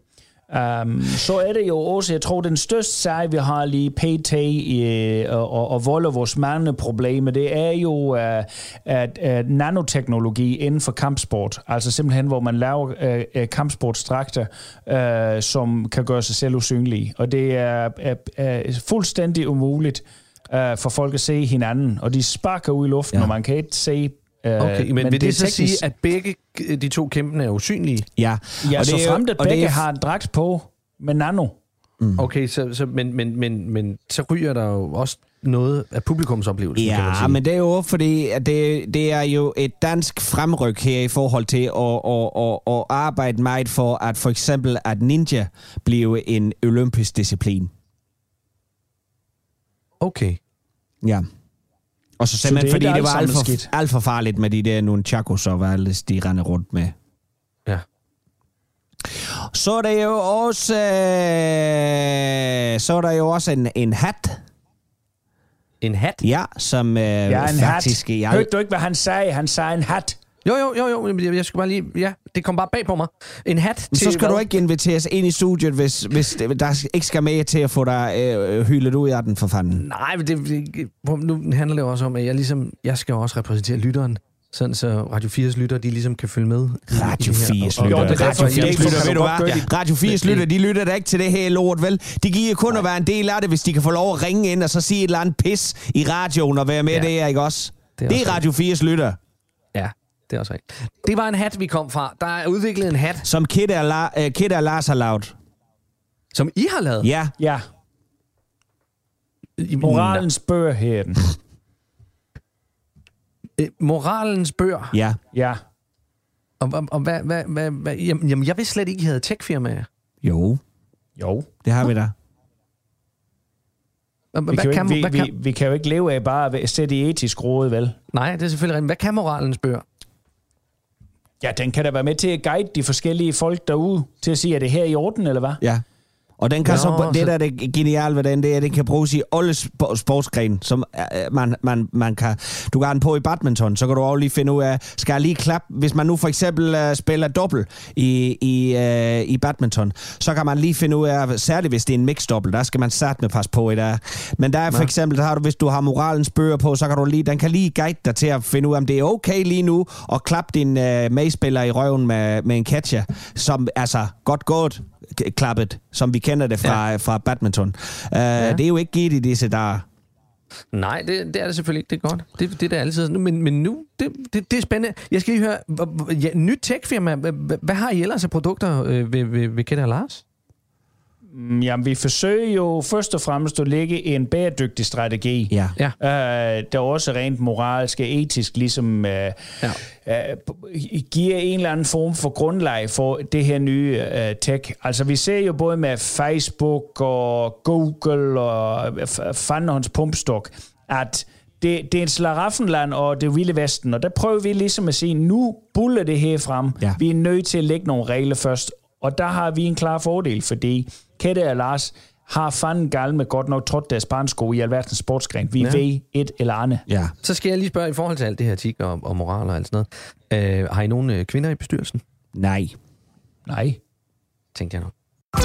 Um, så er det jo også, jeg tror, den største sag, vi har lige P T i, og, og, og volder vores mange problemer, det er jo uh, at, at nanoteknologi inden for kampsport. Altså simpelthen, hvor man laver uh, kampsportstrakter, uh, som kan gøre sig selv usynlige. Og det er, er, er fuldstændig umuligt uh, for folk at se hinanden. Og de sparker ud i luften, ja. Og man kan ikke se. Okay, men, men vil det, det så teknisk... sige, at begge de to kæmpende er usynlige? Ja, Ja, og så det er, frem, at og det begge er, har en dragt på med nano. Mm. Okay, så, så, men, men, men, men så ryger der jo også noget af publikumsoplevelsen, kan man Ja, sige. men det er jo fordi, at det, det er jo et dansk fremryk her i forhold til at, at, at, at arbejde meget for, at for eksempel at ninja bliver en olympisk disciplin. Okay. Ja. Og så simpelthen, så det fordi det var alt for, skidt. alt for farligt med de der nunchakos og hvad ellers de render rundt med. Ja. Så er der jo også, øh, så er der jo også en, en hat. En hat? Ja, som øh, Ja, en faktisk... hat. Jeg, Hørte du ikke, hvad han sagde? Han sagde en hat. Jo, jo, jo, jo. Jeg, jeg skulle bare lige... Ja, det kom bare bag på mig. En hat til... så skal hvad? du ikke inviteres ind i studiet, hvis, hvis der ikke skal med til at få dig øh, hyldet ud af den, for fanden. Nej, men det, det, nu handler det jo også om, at jeg ligesom... Jeg skal jo også repræsentere lytteren. Sådan så Radio fires lytter, de ligesom kan følge med. Radio fires Og- og- lytter. og- det er derfor, Radio jeg- fires lytter, jeg- ved du jeg- hvad? jeg- Radio fires lytter, de lytter da ikke til det her lort, vel? De giver kun at være en del af det, hvis de kan få lov at ringe ind og så sige et eller andet pis i radioen og være med Ja. der, ikke også? Det er Det også er Radio fires lytter. Ja, det er også rigtigt. Det var en hat, vi kom fra. Der er udviklet en hat, Som Kid og, La- uh, Kid og Lars har lavet. som I har lavet. Ja. Ja. Moralens bøger her den. Øh, Moralens bøger. Ja. Ja. Og, og, og hvad, hvad, hvad, hvad, jamen, jamen, jeg vidste slet ikke, I havde tech-firmaer. Jo, Jo. det har vi da. Hvad, Vi hvad kan, jo kan, ikke, hvad vi, kan, vi, vi kan jo ikke leve af bare at sætte i etisk råd, vel? nej, det er selvfølgelig rigtigt. Hvad kan moralens bøger? Ja, den kan da være med til at guide de forskellige folk derude til at sige, er det her i orden, eller hvad? Ja. Og den kan Nå, så, det så- der er det geniale ved den, det er, at den kan bruges i alle sp- sportsgrene, som øh, man, man, man kan, du kan have den på i badminton, så kan du også lige finde ud af, skal jeg lige klappe, hvis man nu for eksempel uh, spiller dobbelt i, i, uh, i badminton, så kan man lige finde ud af, særligt hvis det er en mixed dobbelt, der skal man satme passe på i der. Men der er for eksempel, der har du, hvis du har moralens bøger på, så kan du lige, den kan lige guide dig til at finde ud af, om det er okay lige nu at klappe din uh, medspiller i røven med, med en catcher, som altså godt gået, klappet, som vi kender det fra, ja. fra badminton. Uh, ja. Det er jo ikke givet i disse dage. Nej, det, det er det selvfølgelig ikke. Det er godt. Det, det er da altid sådan. Men, men nu, det, det, det er spændende. Jeg skal lige høre, hvor- hvor- ja, nyt tech-firma, hvad, hvad har I ellers af produkter øh, ved, ved, ved Kette og Lars? Jamen, vi forsøger jo først og fremmest at lægge en bæredygtig strategi, Ja. Ja. øh, der også rent moralsk og etisk ligesom øh, Ja. øh, giver en eller anden form for grundlag for det her nye øh, tech. Altså, vi ser jo både med Facebook og Google og fandens pumpstok, at det, det er et slaraffenland og det vilde vesten, og der prøver vi ligesom at sige, nu buller det her frem. Ja. Vi er nødt til at lægge nogle regler først, og der har vi en klar fordel, fordi Kette og Lars har fanden galt med godt nok trådt deres barnsko i alverdens sportsgren. Vi ja. ved et eller andet. Ja. Så skal jeg lige spørge i forhold til alt det her etik og, og moral og alt sådan noget. Øh, har I nogle øh, kvinder i bestyrelsen? Nej. Nej. Tænkte jeg nok.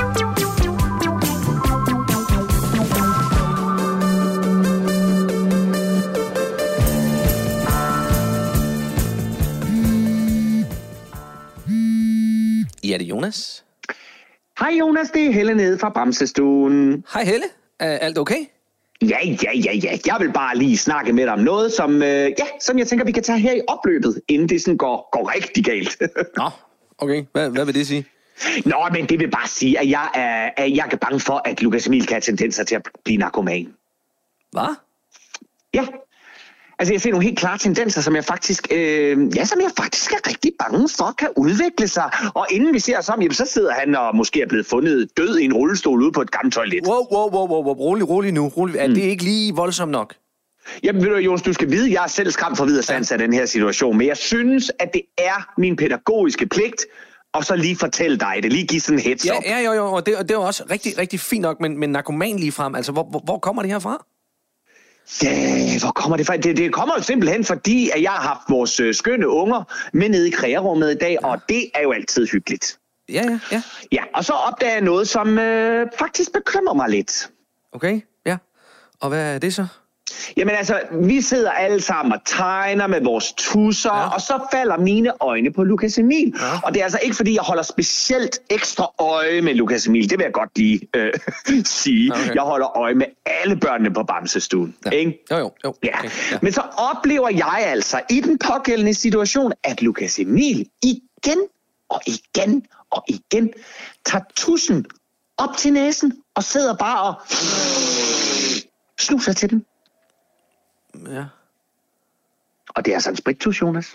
Ja, det er Jonas. Hej Jonas, det er Helle nede fra Bamsestuen. Hej Helle. Er alt okay? Ja, ja, ja, ja. Jeg vil bare lige snakke med dig om noget, som, øh, ja, som jeg tænker, vi kan tage her i opløbet, inden det sådan går, går rigtig galt. Nå, okay. Hvad, hvad vil det sige? Nå, men det vil bare sige, at jeg er, at jeg er bange for, at Lukas Emil kan have tendenser til at blive narkoman. Hvad? Ja. Altså, jeg ser nogle helt klare tendenser, som jeg faktisk, øh, ja, som jeg faktisk er rigtig bange for, kan udvikle sig. Og inden vi ser os om, jamen, så sidder han og måske er blevet fundet død i en rullestol ude på et gammelt toilet. Wow, wow, wow, wow, wow. Rolig, rolig nu. Rolig. Er mm. det ikke lige voldsomt nok? Jamen, ved du, Jonas, du skal vide, at jeg er selv skræmt for videre sans af den her situation. Men jeg synes, at det er min pædagogiske pligt, og så lige fortælle dig det. Lige give sådan en heads up. Ja, ja, jo, jo. Og det, og det er også rigtig, rigtig fint nok, men, men narkoman lige frem. Altså, hvor, hvor, hvor kommer det her fra? Ja, hvor kommer det fra? Det, det kommer jo simpelthen fordi, at jeg har haft vores øh, skønne unger med nede i kreerummet i dag, ja. Og det er jo altid hyggeligt. Ja, ja, ja. Ja, og så opdager jeg noget, som øh, faktisk bekymrer mig lidt. Okay, ja. Og hvad er det så? Jamen altså, vi sidder alle sammen og tegner med vores tusser, ja. Og så falder mine øjne på Lukas Emil. Ja. Og det er altså ikke, fordi jeg holder specielt ekstra øje med Lukas Emil. Det vil jeg godt lige øh, sige. Okay. Jeg holder øje med alle børnene på Bamsestuen. Ja. Ikke? Jo, jo, jo. Ja. Okay, ja. Men så oplever jeg altså i den pågældende situation, at Lukas Emil igen og igen og igen tager tussen op til næsen og sidder bare og snuser til den. Ja. Og det er altså en sprittus, Jonas.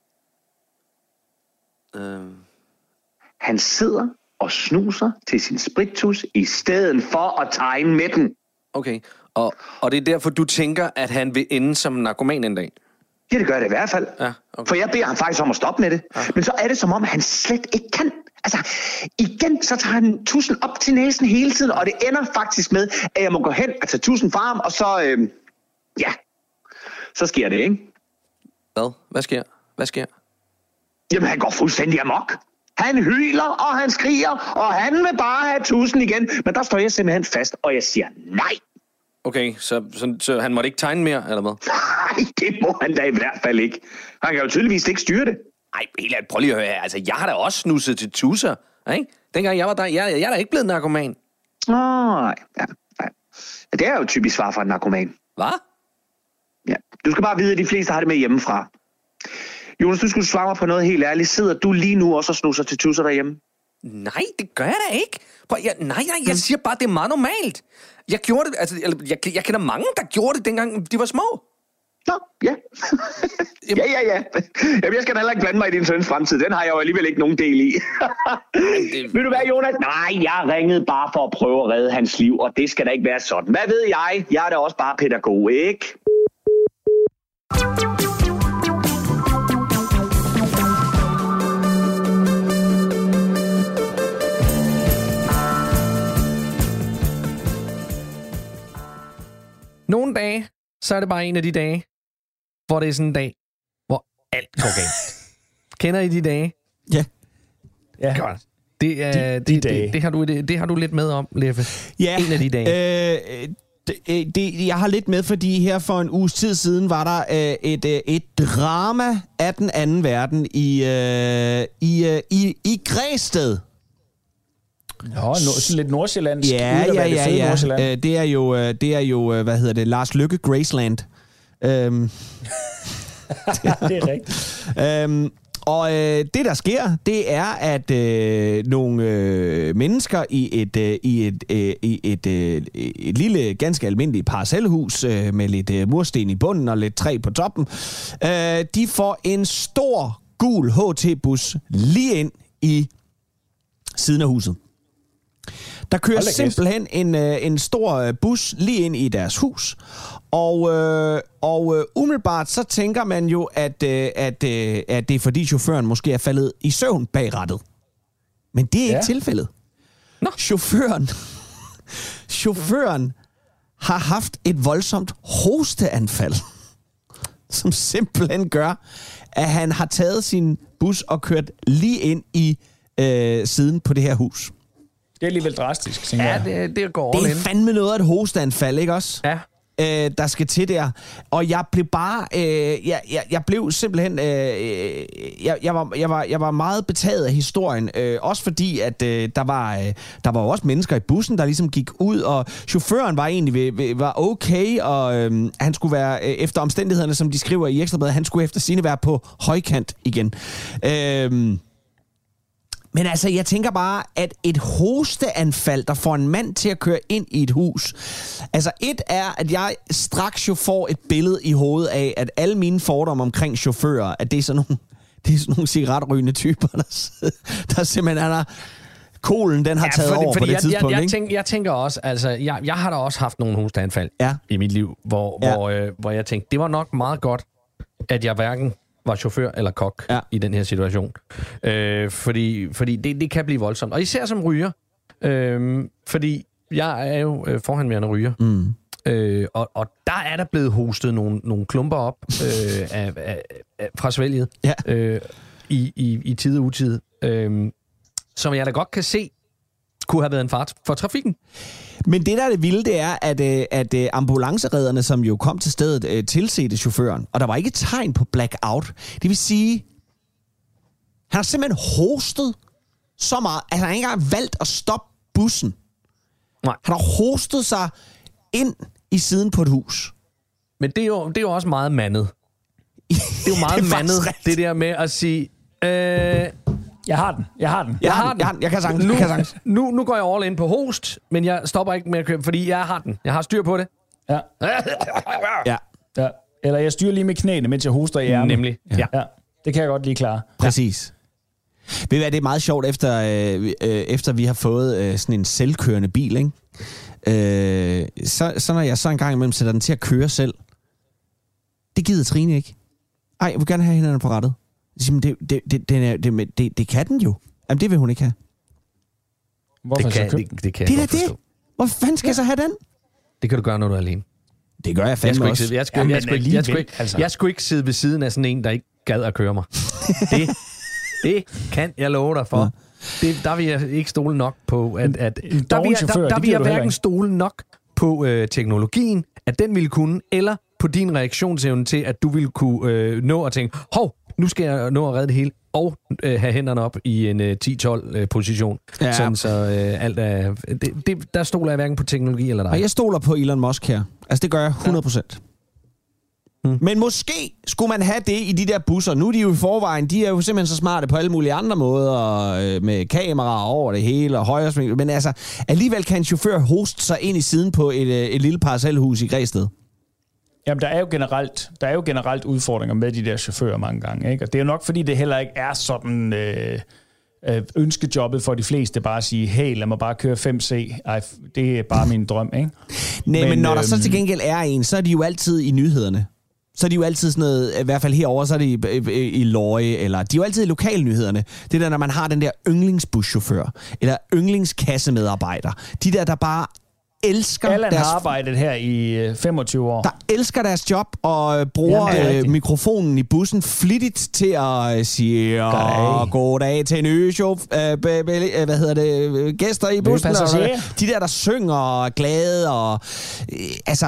Øhm. Han sidder og snuser til sin sprittus, i stedet for at tegne med den. Okay, og, og det er derfor, du tænker, at han vil ende som narkoman en dag? Ja, det gør det i hvert fald. Ja, okay. For jeg beder ham faktisk om at stoppe med det. Ja. Men så er det som om, han slet ikke kan. Altså, igen, så tager han tusen op til næsen hele tiden, og det ender faktisk med, at jeg må gå hen og tage tusen fra ham, og så, øh, ja, så sker det, ikke? Hvad? Hvad sker? Hvad sker? Jamen, han går fuldstændig amok. Han hyler, og han skriger, og han vil bare have tusind igen. Men der står jeg simpelthen fast, og jeg siger nej. Okay, så, så, så han måtte ikke tegne mere, eller hvad? Nej, det må han da i hvert fald ikke. Han kan jo tydeligvis ikke styre det. Ej, helt ærligt, prøv lige at høre her. Altså, jeg har da også snuset til tusser, ikke? Dengang jeg var der, jeg, jeg er da ikke blevet narkoman. Nej, ja, ja. Det er jo typisk svar for en narkoman. Hvad? Ja, du skal bare vide, at de fleste har det med hjemmefra. Jonas, du skulle svare mig på noget helt ærligt. Sidder du lige nu også og snuser til tusser derhjemme? Nej, det gør jeg da ikke. Prøv, jeg, nej, nej, jeg siger bare, det er meget normalt. Jeg gjorde det, altså, jeg, jeg kender mange, der gjorde det, dengang de var små. Nå, ja. ja, ja, ja. Jamen, jeg skal da heller ikke blande mig i din søns fremtid. Den har jeg jo alligevel ikke nogen del i. det... Vil du være, Jonas? Nej, jeg ringede bare for at prøve at redde hans liv, og det skal da ikke være sådan. Hvad ved jeg? Jeg er da også bare pædagog, ikke? Nogle dage, så er det bare en af de dage, hvor det er sådan en dag, hvor alt går galt. Kender I de dage? Ja. Ja. Godt. Det, er, de, de det, det, det, har du, det, det har du lidt med om, Leffe. Ja. En af de dage. Øh, det, det, jeg har lidt med, fordi her for en uges tid siden var der øh, et, øh, et drama af den anden verden i, øh, i, øh, i, i Græsted. Nå, sådan lidt nordsjællandsk. Ja, ja, ja, ja. Øh, det er jo, øh, det er jo, øh, hvad hedder det, Lars Løkke Graceland. Øhm. det er rigtigt. øhm, Og øh, det, der sker, det er, at øh, nogle øh, mennesker i et, øh, i et, øh, i et, øh, et lille, ganske almindeligt parcelhus øh, med lidt øh, mursten i bunden og lidt træ på toppen, øh, de får en stor gul H T-bus lige ind i siden af huset. Der kører simpelthen en, øh, en stor bus lige ind i deres hus, og, øh, og øh, umiddelbart så tænker man jo, at, øh, at, øh, at det er fordi chaufføren måske er faldet i søvn bag rattet. Men det er ikke ja. tilfældet. Nå. Chaufføren, chaufføren har haft et voldsomt hosteanfald, som simpelthen gør, at han har taget sin bus og kørt lige ind i øh, siden på det her hus. Det er alligevel drastisk, tænker ja, jeg. Ja, det, det går Det er ind. fandme noget af et hosteanfald, ikke også? Ja. Øh, der skal til der. Og jeg blev bare... Øh, jeg, jeg, jeg blev simpelthen... Øh, jeg, jeg, var, jeg, var, jeg var meget betaget af historien. Øh, også fordi, at øh, der, var, øh, der var jo også mennesker i bussen, der ligesom gik ud, og chaufføren var egentlig ved, ved, var okay, og øh, han skulle være, øh, efter omstændighederne, som de skriver i Ekstra Bladet, han skulle efter sine være på højkant igen. Øh, Men altså, jeg tænker bare, at et hosteanfald, der får en mand til at køre ind i et hus. Altså, et er, at jeg straks jo får et billede i hovedet af, at alle mine fordomme omkring chauffører, at det er sådan nogle, det er sådan nogle cigaretrygende typer, der, der simpelthen er kolen, den har ja, taget fordi, over fordi på det jeg, tidspunkt, jeg, jeg, ikke? tænker, jeg tænker også, altså, jeg, jeg har da også haft nogle hosteanfald ja. i mit liv, hvor, ja. hvor, øh, hvor jeg tænkte, det var nok meget godt, at jeg hverken var chauffør eller kok ja. i den her situation. Øh, fordi fordi det, det kan blive voldsomt. Og især som ryger. Øh, fordi jeg er jo øh, forhenværende ryger. Mm. Øh, og, og der er der blevet hostet nogle, nogle klumper op øh, af, af, af, fra svælget ja. øh, i, i, i tid og utid. Øh, som jeg da godt kan se, kunne have været en fart for trafikken. Men det, der er det vilde, det er, at, at, at ambulanceredderne, som jo kom til stedet, tilsete chaufføren. Og der var ikke tegn på blackout. Det vil sige, han har simpelthen hostet så meget, at han ikke engang valgt at stoppe bussen. Nej. Han har hostet sig ind i siden på et hus. Men det er jo, det er jo også meget mandet. Det er jo meget det mandet, det der med at sige... Øh, Jeg har den. Jeg har den. Jeg, jeg har den. Jeg, har den. jeg kan sagtens. Nu, jeg kan sagtens. Nu, nu går jeg all in på host, men jeg stopper ikke med at købe, fordi jeg har den. Jeg har styr på det. Ja. ja. ja. Eller jeg styrer lige med knæene, mens jeg hoster i ærmet. Nemlig. Ja. ja. Det kan jeg godt lige klare. Præcis. Ja. Ved I hvad, det er meget sjovt, efter, øh, øh, efter vi har fået øh, sådan en selvkørende bil, ikke? Øh, så, så når jeg så en gang imellem sætter den til at køre selv, det gider Trine ikke. Ej, jeg vil gerne have hænderne på rattet. Det, det, det, det, det, det, det kan den jo. Jamen, det vil hun ikke have. Hvorfor det, kan, det, det kan det jeg godt forstå. Det. Hvor fanden skal ja. jeg så have den? Det kan du gøre, når du er alene. Det gør jeg fandme jeg også. Ikke, jeg, skulle, ja, jeg, skulle, jeg, skulle ikke, altså. jeg skulle ikke sidde ved siden af sådan en, der ikke gad at køre mig. det, det kan jeg love dig for. Ja. Det, der vil jeg ikke stole nok på. At, at, der vil jeg, der, der vil jeg hverken stole nok på øh, teknologien, at den ville kunne, eller på din reaktionsevne til, at du ville kunne øh, nå at tænke, hov, nu skal jeg nå at redde det hele, og øh, have hænderne op i en øh, ti tolv øh, position. Ja. Sådan så øh, alt er... Det, det, der stoler jeg hverken på teknologi eller dig. Og jeg stoler på Elon Musk her. Altså, det gør jeg hundrede procent. Ja. Hmm. Men måske skulle man have det i de der busser. Nu er de jo i forvejen, de er jo simpelthen så smarte på alle mulige andre måder, øh, med kameraer over det hele, og højre sving. Men altså, alligevel kan en chauffør hoste sig ind i siden på et, øh, et lille parcelhus i Græsted. Jamen, der er jo generelt, der er jo generelt udfordringer med de der chauffører mange gange, ikke? Og det er jo nok, fordi det heller ikke er sådan øh, øh, ønskejobbet for de fleste, bare at sige, hey, lad mig bare køre fem C. Ej, det er bare min drøm, ikke? Nej, men, men når øh, der så til gengæld er en, så er de jo altid i nyhederne. Så er de jo altid sådan noget, i hvert fald herover så er de i, i, i Løje, eller de er jo altid i lokalnyhederne. Det der, når man har den der yndlingsbuschauffør, eller yndlingskassemedarbejder. De der, der bare elsker Allan deres... har arbejdet her i femogtyve år. Der elsker deres job og bruger Jamen, øh, mikrofonen i bussen flittigt til at sige oh, god dag til nye show, øh, be, be, hvad hedder det, gæster i bussen. Og, de der, der synger og er glade og øh, altså...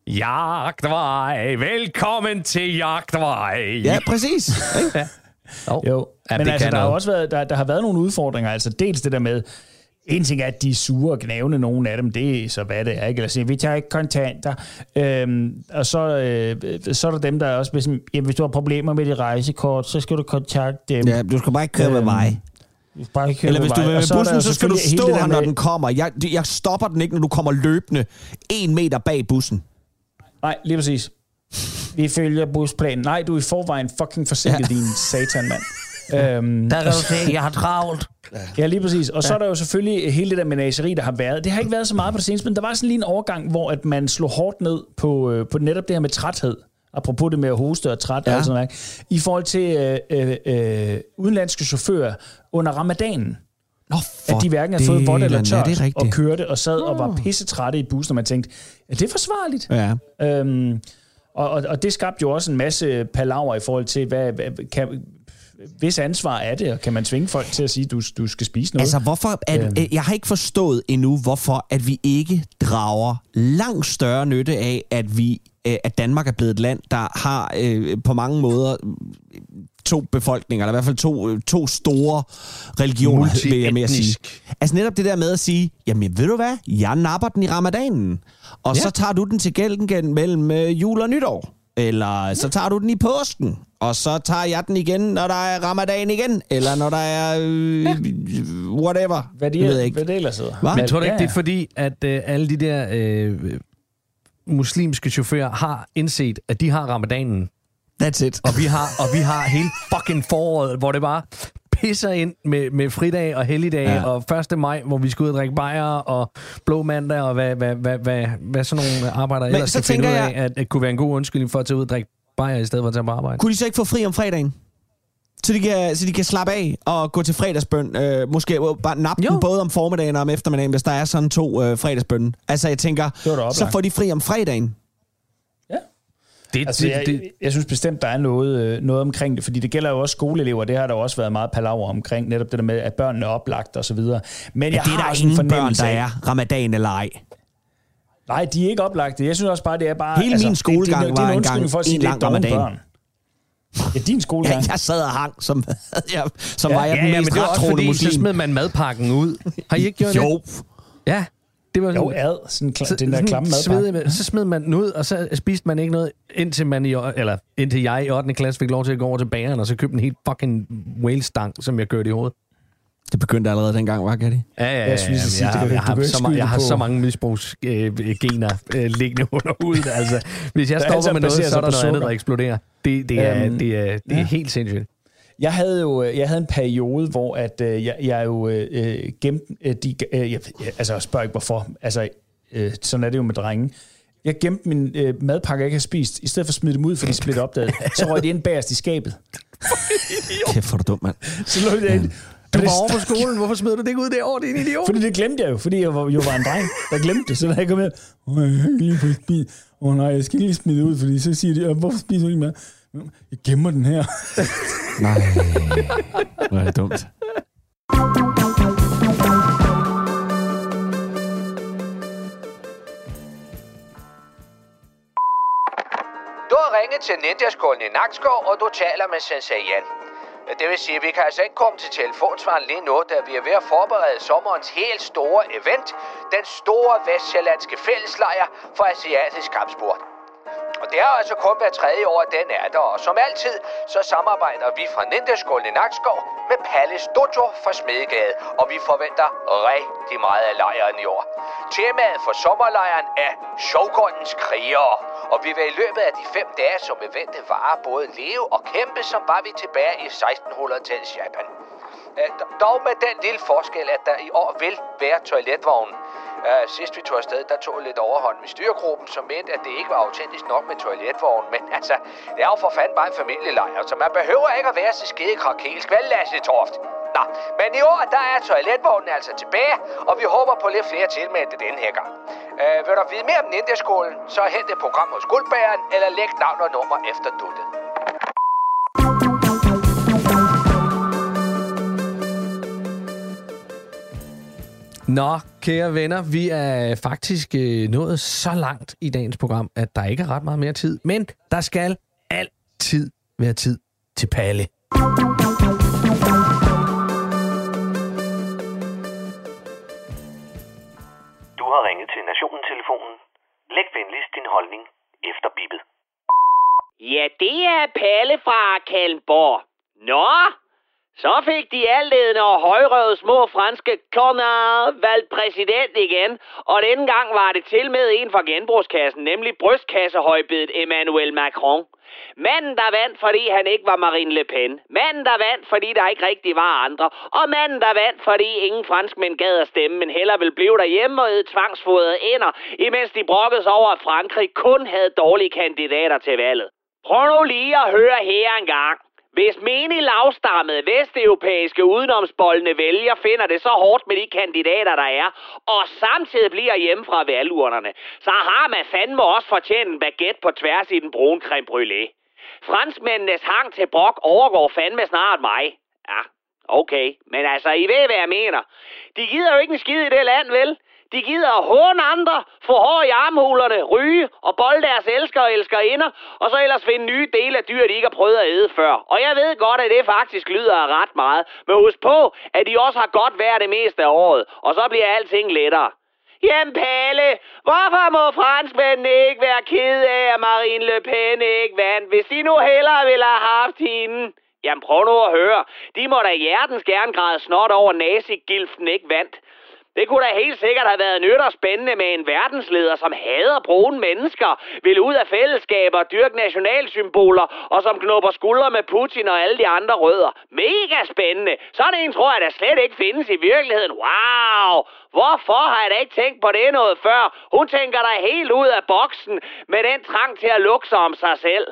Jagtvej, velkommen til Jagtvej. Ja, præcis. ja. Oh. Jo, ja, men altså, der har også været, der, der har været nogle udfordringer. Altså dels det der med, en ting er, at de er sure og gnævende, nogle af dem, det er så hvad det er, ikke? Eller siger, vi tager ikke kontanter. Øhm, og så, øh, så er der dem, der er også ligesom, ja, hvis du har problemer med dit rejsekort, så skal du kontakte dem. Ja, du skal bare ikke køre øhm, med mig. Eller hvis du vil med bussen, så skal du stå her, når den kommer. Jeg, jeg stopper den ikke, når du kommer løbende en meter bag bussen. Nej, lige præcis. Vi følger busplanen. Nej, du er i forvejen fucking forsinket, ja. Din satan, mand. Øhm, der kan du se, jeg har travlt. Ja, lige præcis. Og så er der jo selvfølgelig hele det der menageri, der har været. Det har ikke været så meget på det seneste, men der var sådan lige en overgang, hvor at man slog hårdt ned på, øh, på netop det her med træthed. Apropos det med at hoste og træt ja. Og sådan noget. I forhold til øh, øh, udenlandske chauffører under ramadanen. Nå, at de hverken har fået vådt eller tørt ja, og kørte og sad og var pissetrætte i bussen, og man tænkte, er det forsvarligt? Ja. Øhm, og, og, og det skabte jo også en masse palaver i forhold til, hvad, hvad kan, hvis ansvar er det, og kan man tvinge folk til at sige, du, du skal spise noget? Altså, hvorfor... At, øhm. Jeg har ikke forstået endnu, hvorfor at vi ikke drager langt større nytte af, at vi at Danmark er blevet et land, der har øh, på mange måder to befolkninger, eller i hvert fald to, to store religioner, vil jeg mere sige. Altså netop det der med at sige, jamen ved du hvad, jeg napper den i ramadanen, og ja. Så tager du den til gælden mellem øh, jul og nytår. Eller ja. Så tager du den i påsken, og så tager jeg den igen, når der er ramadan igen, eller når der er øh, ja. whatever. Hvad det, ved jeg ikke. Hvad det ellers hedder. Men jeg tror ikke, ja, ja. Det er fordi, at øh, alle de der øh, muslimske chauffører har indset, at de har ramadanen. That's it. Og vi har, og vi har hele fucking foråret, hvor det bare pisser ind med, med fridag og helligdag, ja. Og første maj, hvor vi skal ud og drikke bajer, og blå mandag, og hvad, hvad, hvad, hvad, hvad sådan nogle arbejder ellers skal finde ud af, at det kunne være en god undskyldning for at tage ud og drikke bajer, i stedet for at tage på arbejde. Kunne de så ikke få fri om fredagen? Så de kan, så de kan slappe af og gå til fredagsbøn. Øh, måske bare nappe den både om formiddagen og om eftermiddagen, hvis der er sådan to øh, fredagsbøn. Altså, jeg tænker, så får de fri om fredagen. Ja. Det, altså, det, jeg, det, jeg synes bestemt, der er noget, noget omkring det, fordi det gælder jo også skoleelever. Det har der også været meget palaver omkring, netop det der med, at børnene er oplagt og så videre. Men ja, jeg det er har der ingen børn, der er ramadan eller ej. Nej, de er ikke oplagte. Jeg synes også bare, det er bare... Hele altså, min skolegang det, det, det, var engang for at sige, en lang ramadan. Børn. Ja, din skolegang. Ja, jeg sad og hang, som, ja, som ja, var jeg ja, den ja, mest men det var også fordi, muslim. Så smed man madpakken ud. Har I ikke gjort jo. det? Ja. Det var sådan, jo, ad, sådan, så, den der klamme madpakke. Så smed man den ud, og så spiste man ikke noget, indtil, man i, eller, indtil jeg i ottende klasse fik lov til at gå over til bageren, og så købte en helt fucking whale-stang, som jeg kørte i hovedet. Det begyndte allerede dengang, var det? Ja, ja, ja. Jeg, synes, jeg, sige, jeg, jeg, har, så, jeg har så mange misbrugsgener øh, liggende under huden. Altså, hvis jeg stopper med noget, så er der noget andet, der eksploderer. Det, det, er, um, det, er, det er ja. helt sindssygt. Jeg havde jo jeg havde en periode, hvor at, øh, jeg, jeg jo øh, gemte øh, de... Øh, jeg, altså, jeg spørger ikke hvorfor. Altså, øh, sådan er det jo med drenge. Jeg gemte min øh, madpakke, jeg ikke har spist, i stedet for at smide dem ud, fordi de blev opdaget. Så røg de ind bagerst i skabet. Kæft, hvor er du dum, mand. Så lå det ind. Du var over på skolen. Hvorfor smed du det ikke ud derovre, din idiot? Fordi det glemte jeg jo, fordi jeg var, jo var en dreng, der glemte det. Så da jeg kom med, åh, jeg kan lige få spist. Åh nej, jeg skal lige smide det ud, fordi så siger de, hvorfor spiser du ikke mad? Jeg gemmer den her. Nej, hvor er det dumt. Du har ringet til Ninjaskolen i Nakskov, og du taler med Sensei Jan. Det vil sige, at vi kan altså ikke komme til telefonsvaren lige nu, da vi er ved at forberede sommerens helt store event, den store vestsjællandske fælleslejr for asiatisk kampsport. Og det er altså kun hver tredje år, at den er der, og som altid, så samarbejder vi fra Ninjaskolen i Nakskov med Palles Dojo fra Smedegade, og vi forventer rigtig meget af lejren i år. Temaet for sommerlejren er Shogunens krigere, og vi vil i løbet af de fem dage, som eventet varer, både leve og kæmpe, som var vi tilbage i sekstenhundrede-tallets Japan. Dog med den lille forskel, at der i år vil være toiletvognen. Uh, sidst vi tog afsted, der tog lidt overhånd med styregruppen, som mente, at det ikke var autentisk nok med toiletvognen. Men altså, det er jo for fanden bare en familielejr, så man behøver ikke at være så skide krakelsk, vel Lasse Toft? Nå, men i år, der er toiletvognen altså tilbage, og vi håber på lidt flere tilmeldte denne her gang. Uh, vil du vide mere om Ninjaskolen, så hent et program hos Guldbæren, eller læg navn og nummer efter duttet. Nå, kære venner, vi er faktisk øh, nået så langt i dagens program, at der ikke er ret meget mere tid. Men der skal altid være tid til Palle. har ringet til Nationen-telefonen. Læg venligst din holdning efter bippet. Ja, det er Palle fra Kalmborg. Nå, så fik de altledende og højrøvede små franske connards valgt præsident igen, og denne gang var det til med en fra genbrugskassen, nemlig brystkassehøjbedet Emmanuel Macron. Manden, der vandt, fordi han ikke var Marine Le Pen. Manden, der vandt, fordi der ikke rigtig var andre. Og manden, der vandt, fordi ingen franskmænd gad at stemme, men hellere ville blive derhjemme og æde tvangsfodrede ender, imens de brokkede sig over, at Frankrig kun havde dårlige kandidater til valget. Prøv nu lige at høre her en gang. Hvis menig lavstammede vesteuropæiske udenomsboldende vælger finder det så hårdt med de kandidater, der er, og samtidig bliver hjemme fra valgurnerne, så har man fandme også fortjent en baguette på tværs i den brune creme brûlée. Franskmændenes hang til brok overgår fandme snart mig. Ja, okay, men altså, I ved, hvad jeg mener. De gider jo ikke en skid i det land, vel? De gider at håne andre, få hår i armhulerne, ryge og bolde deres elskere og elskerinder, og så ellers finde nye dele af dyr, de ikke har prøvet at æde før. Og jeg ved godt, at det faktisk lyder af ret meget, men husk på, at de også har godt været det meste af året, og så bliver alting lettere. Jamen Palle, hvorfor må franskmændene ikke være ked af, at Marine Le Pen ikke vandt, hvis de nu hellere ville have haft hende? Jamen prøv nu at høre. De må da hjertens gerne græde snot over nazigilften ikke vandt. Det kunne da helt sikkert have været nyt og spændende med en verdensleder, som hader brune mennesker, vil ud af fællesskaber, dyrke nationalsymboler, og som knupper skuldre med Putin og alle de andre rødder. Mega spændende. Sådan en tror jeg da slet ikke findes i virkeligheden. Wow! Hvorfor har jeg da ikke tænkt på det noget før? Hun tænker da helt ud af boksen med den trang til at lukke sig om sig selv.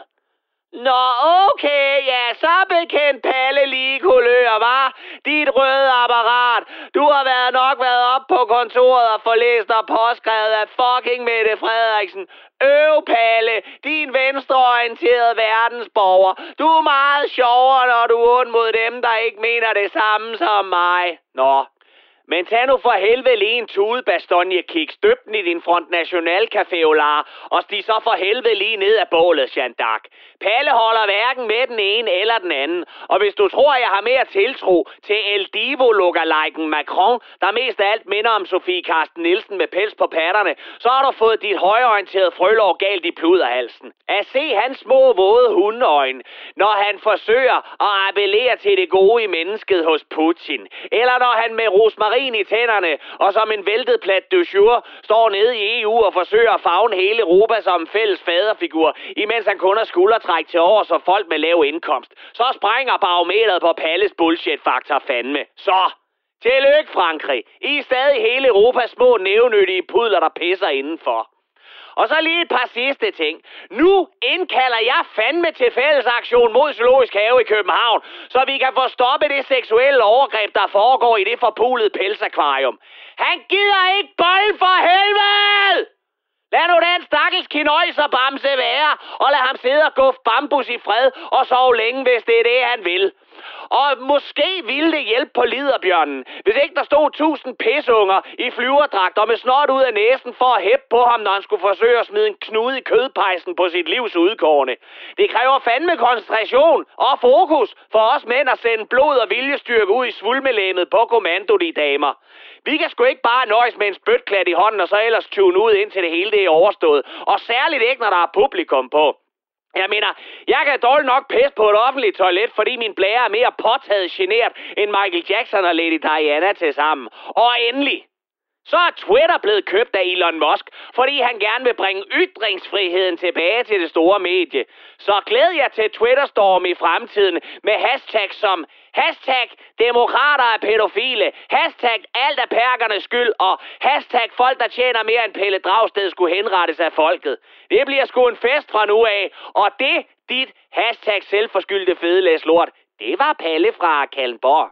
Nå, okay, ja, så bekendt Palle lige kulør, var dit røde apparat. Du har været nok været op på kontoret og forlæst og påskrevet af fucking Mette Frederiksen. Øv, Palle, din venstreorienterede verdensborger. Du er meget sjovere, når du er ond mod dem, der ikke mener det samme som mig. Nå. Men tag nu for helvede lige en tude bastonjekiks, døb den i din Front National Café Olar, og stig så for helvede lige ned af bålet, Jeanne d'Arc. Palle holder hverken med den ene eller den anden, og hvis du tror, jeg har mere tiltro til El Divo-lookalikeen Macron, der mest af alt minder om Sofie Carsten Nielsen med pels på patterne, så har du fået dit højreorienterede frølår galt i pluderhalsen. At se hans små våde hundeøjne, når han forsøger at appellere til det gode i mennesket hos Putin, eller når han med rosmarin i tænderne og som en væltet plat du jour står nede i E U og forsøger at favne hele Europa som en fælles faderfigur, imens han kun har skuldertræk til over så folk med lav indkomst. Så sprænger barometeret på Palles bullshit-faktor fandme. Så, tillykke Frankrig. I er stadig hele Europas små nævnyttige pudler, der pisser indenfor. Og så lige et par sidste ting. Nu indkalder jeg fandme til fællesaktion mod Zoologisk Have i København, så vi kan få stoppet det seksuelle overgreb, der foregår i det forpulede pelsakvarium. Han gider ikke bold for helvede! Lad nu den stakkels kinøjserbamse være, og lad ham sidde og guffe bambus i fred og sove længe, hvis det er det, han vil. Og måske ville det hjælpe på liderbjørnen, hvis ikke der stod tusind pisunger i flyverdragter med snot ud af næsen for at hæppe på ham, når han skulle forsøge at smide en knude i kødpejsen på sit livs udkårne. Det kræver fandme koncentration og fokus for os mænd at sende blod og viljestyrke ud i svulmelæmet på kommando, de damer. Vi kan sgu ikke bare nøjes med en spytklat i hånden og så ellers tune ud, indtil det hele det er overstået. Og særligt ikke, når der er publikum på. Jeg mener, jeg kan dårligt nok pisse på et offentligt toilet, fordi min blære er mere påtaget genert end Michael Jackson og Lady Diana til sammen. Og endelig, så er Twitter blevet købt af Elon Musk, fordi han gerne vil bringe ytringsfriheden tilbage til det store medie. Så glæd jer til Twitterstorm i fremtiden med hashtags som hashtag demokrater er pædofile, hashtag alt er perkernes skyld og hashtag folk, der tjener mere end Pelle Dragsted skulle henrettes af folket. Det bliver sgu en fest fra nu af, og det, dit hashtag selvforskyldte fedelæs lort, det var Palle fra Kalmborg.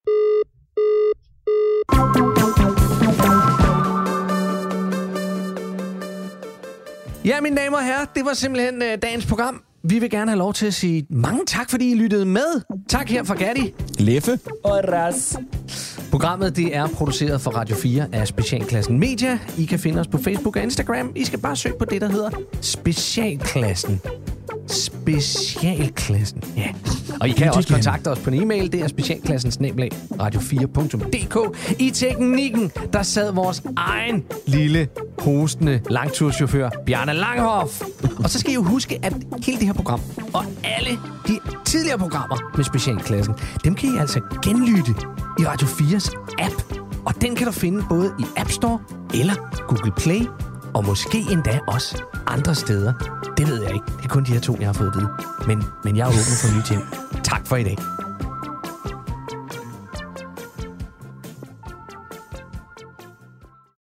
Ja, mine damer og herrer, det var simpelthen uh, dagens program. Vi vil gerne have lov til at sige mange tak, fordi I lyttede med. Tak her fra Gatti, Leffe og Ras. Programmet det er produceret for Radio fire af Specialklassen Media. I kan finde os på Facebook og Instagram. I skal bare søge på det, der hedder Specialklassen. Specialklassen, ja. Og I kan også kontakte os på en e-mail. Det er specialklassen snabel-a radio fire punktum d k. I teknikken, der sad vores egen lille, hostende langturschauffør, Bjarne Langhoff. Og så skal I jo huske, at hele det her program, og alle de tidligere programmer med specialklassen, dem kan I altså genlytte i Radio fires app. Og den kan du finde både i App Store eller Google Play, og måske endda også andre steder. Det ved jeg ikke. Det er kun de her to, jeg har fået at vide. Men, men jeg er åben for nyt hjem. Tak for i dag.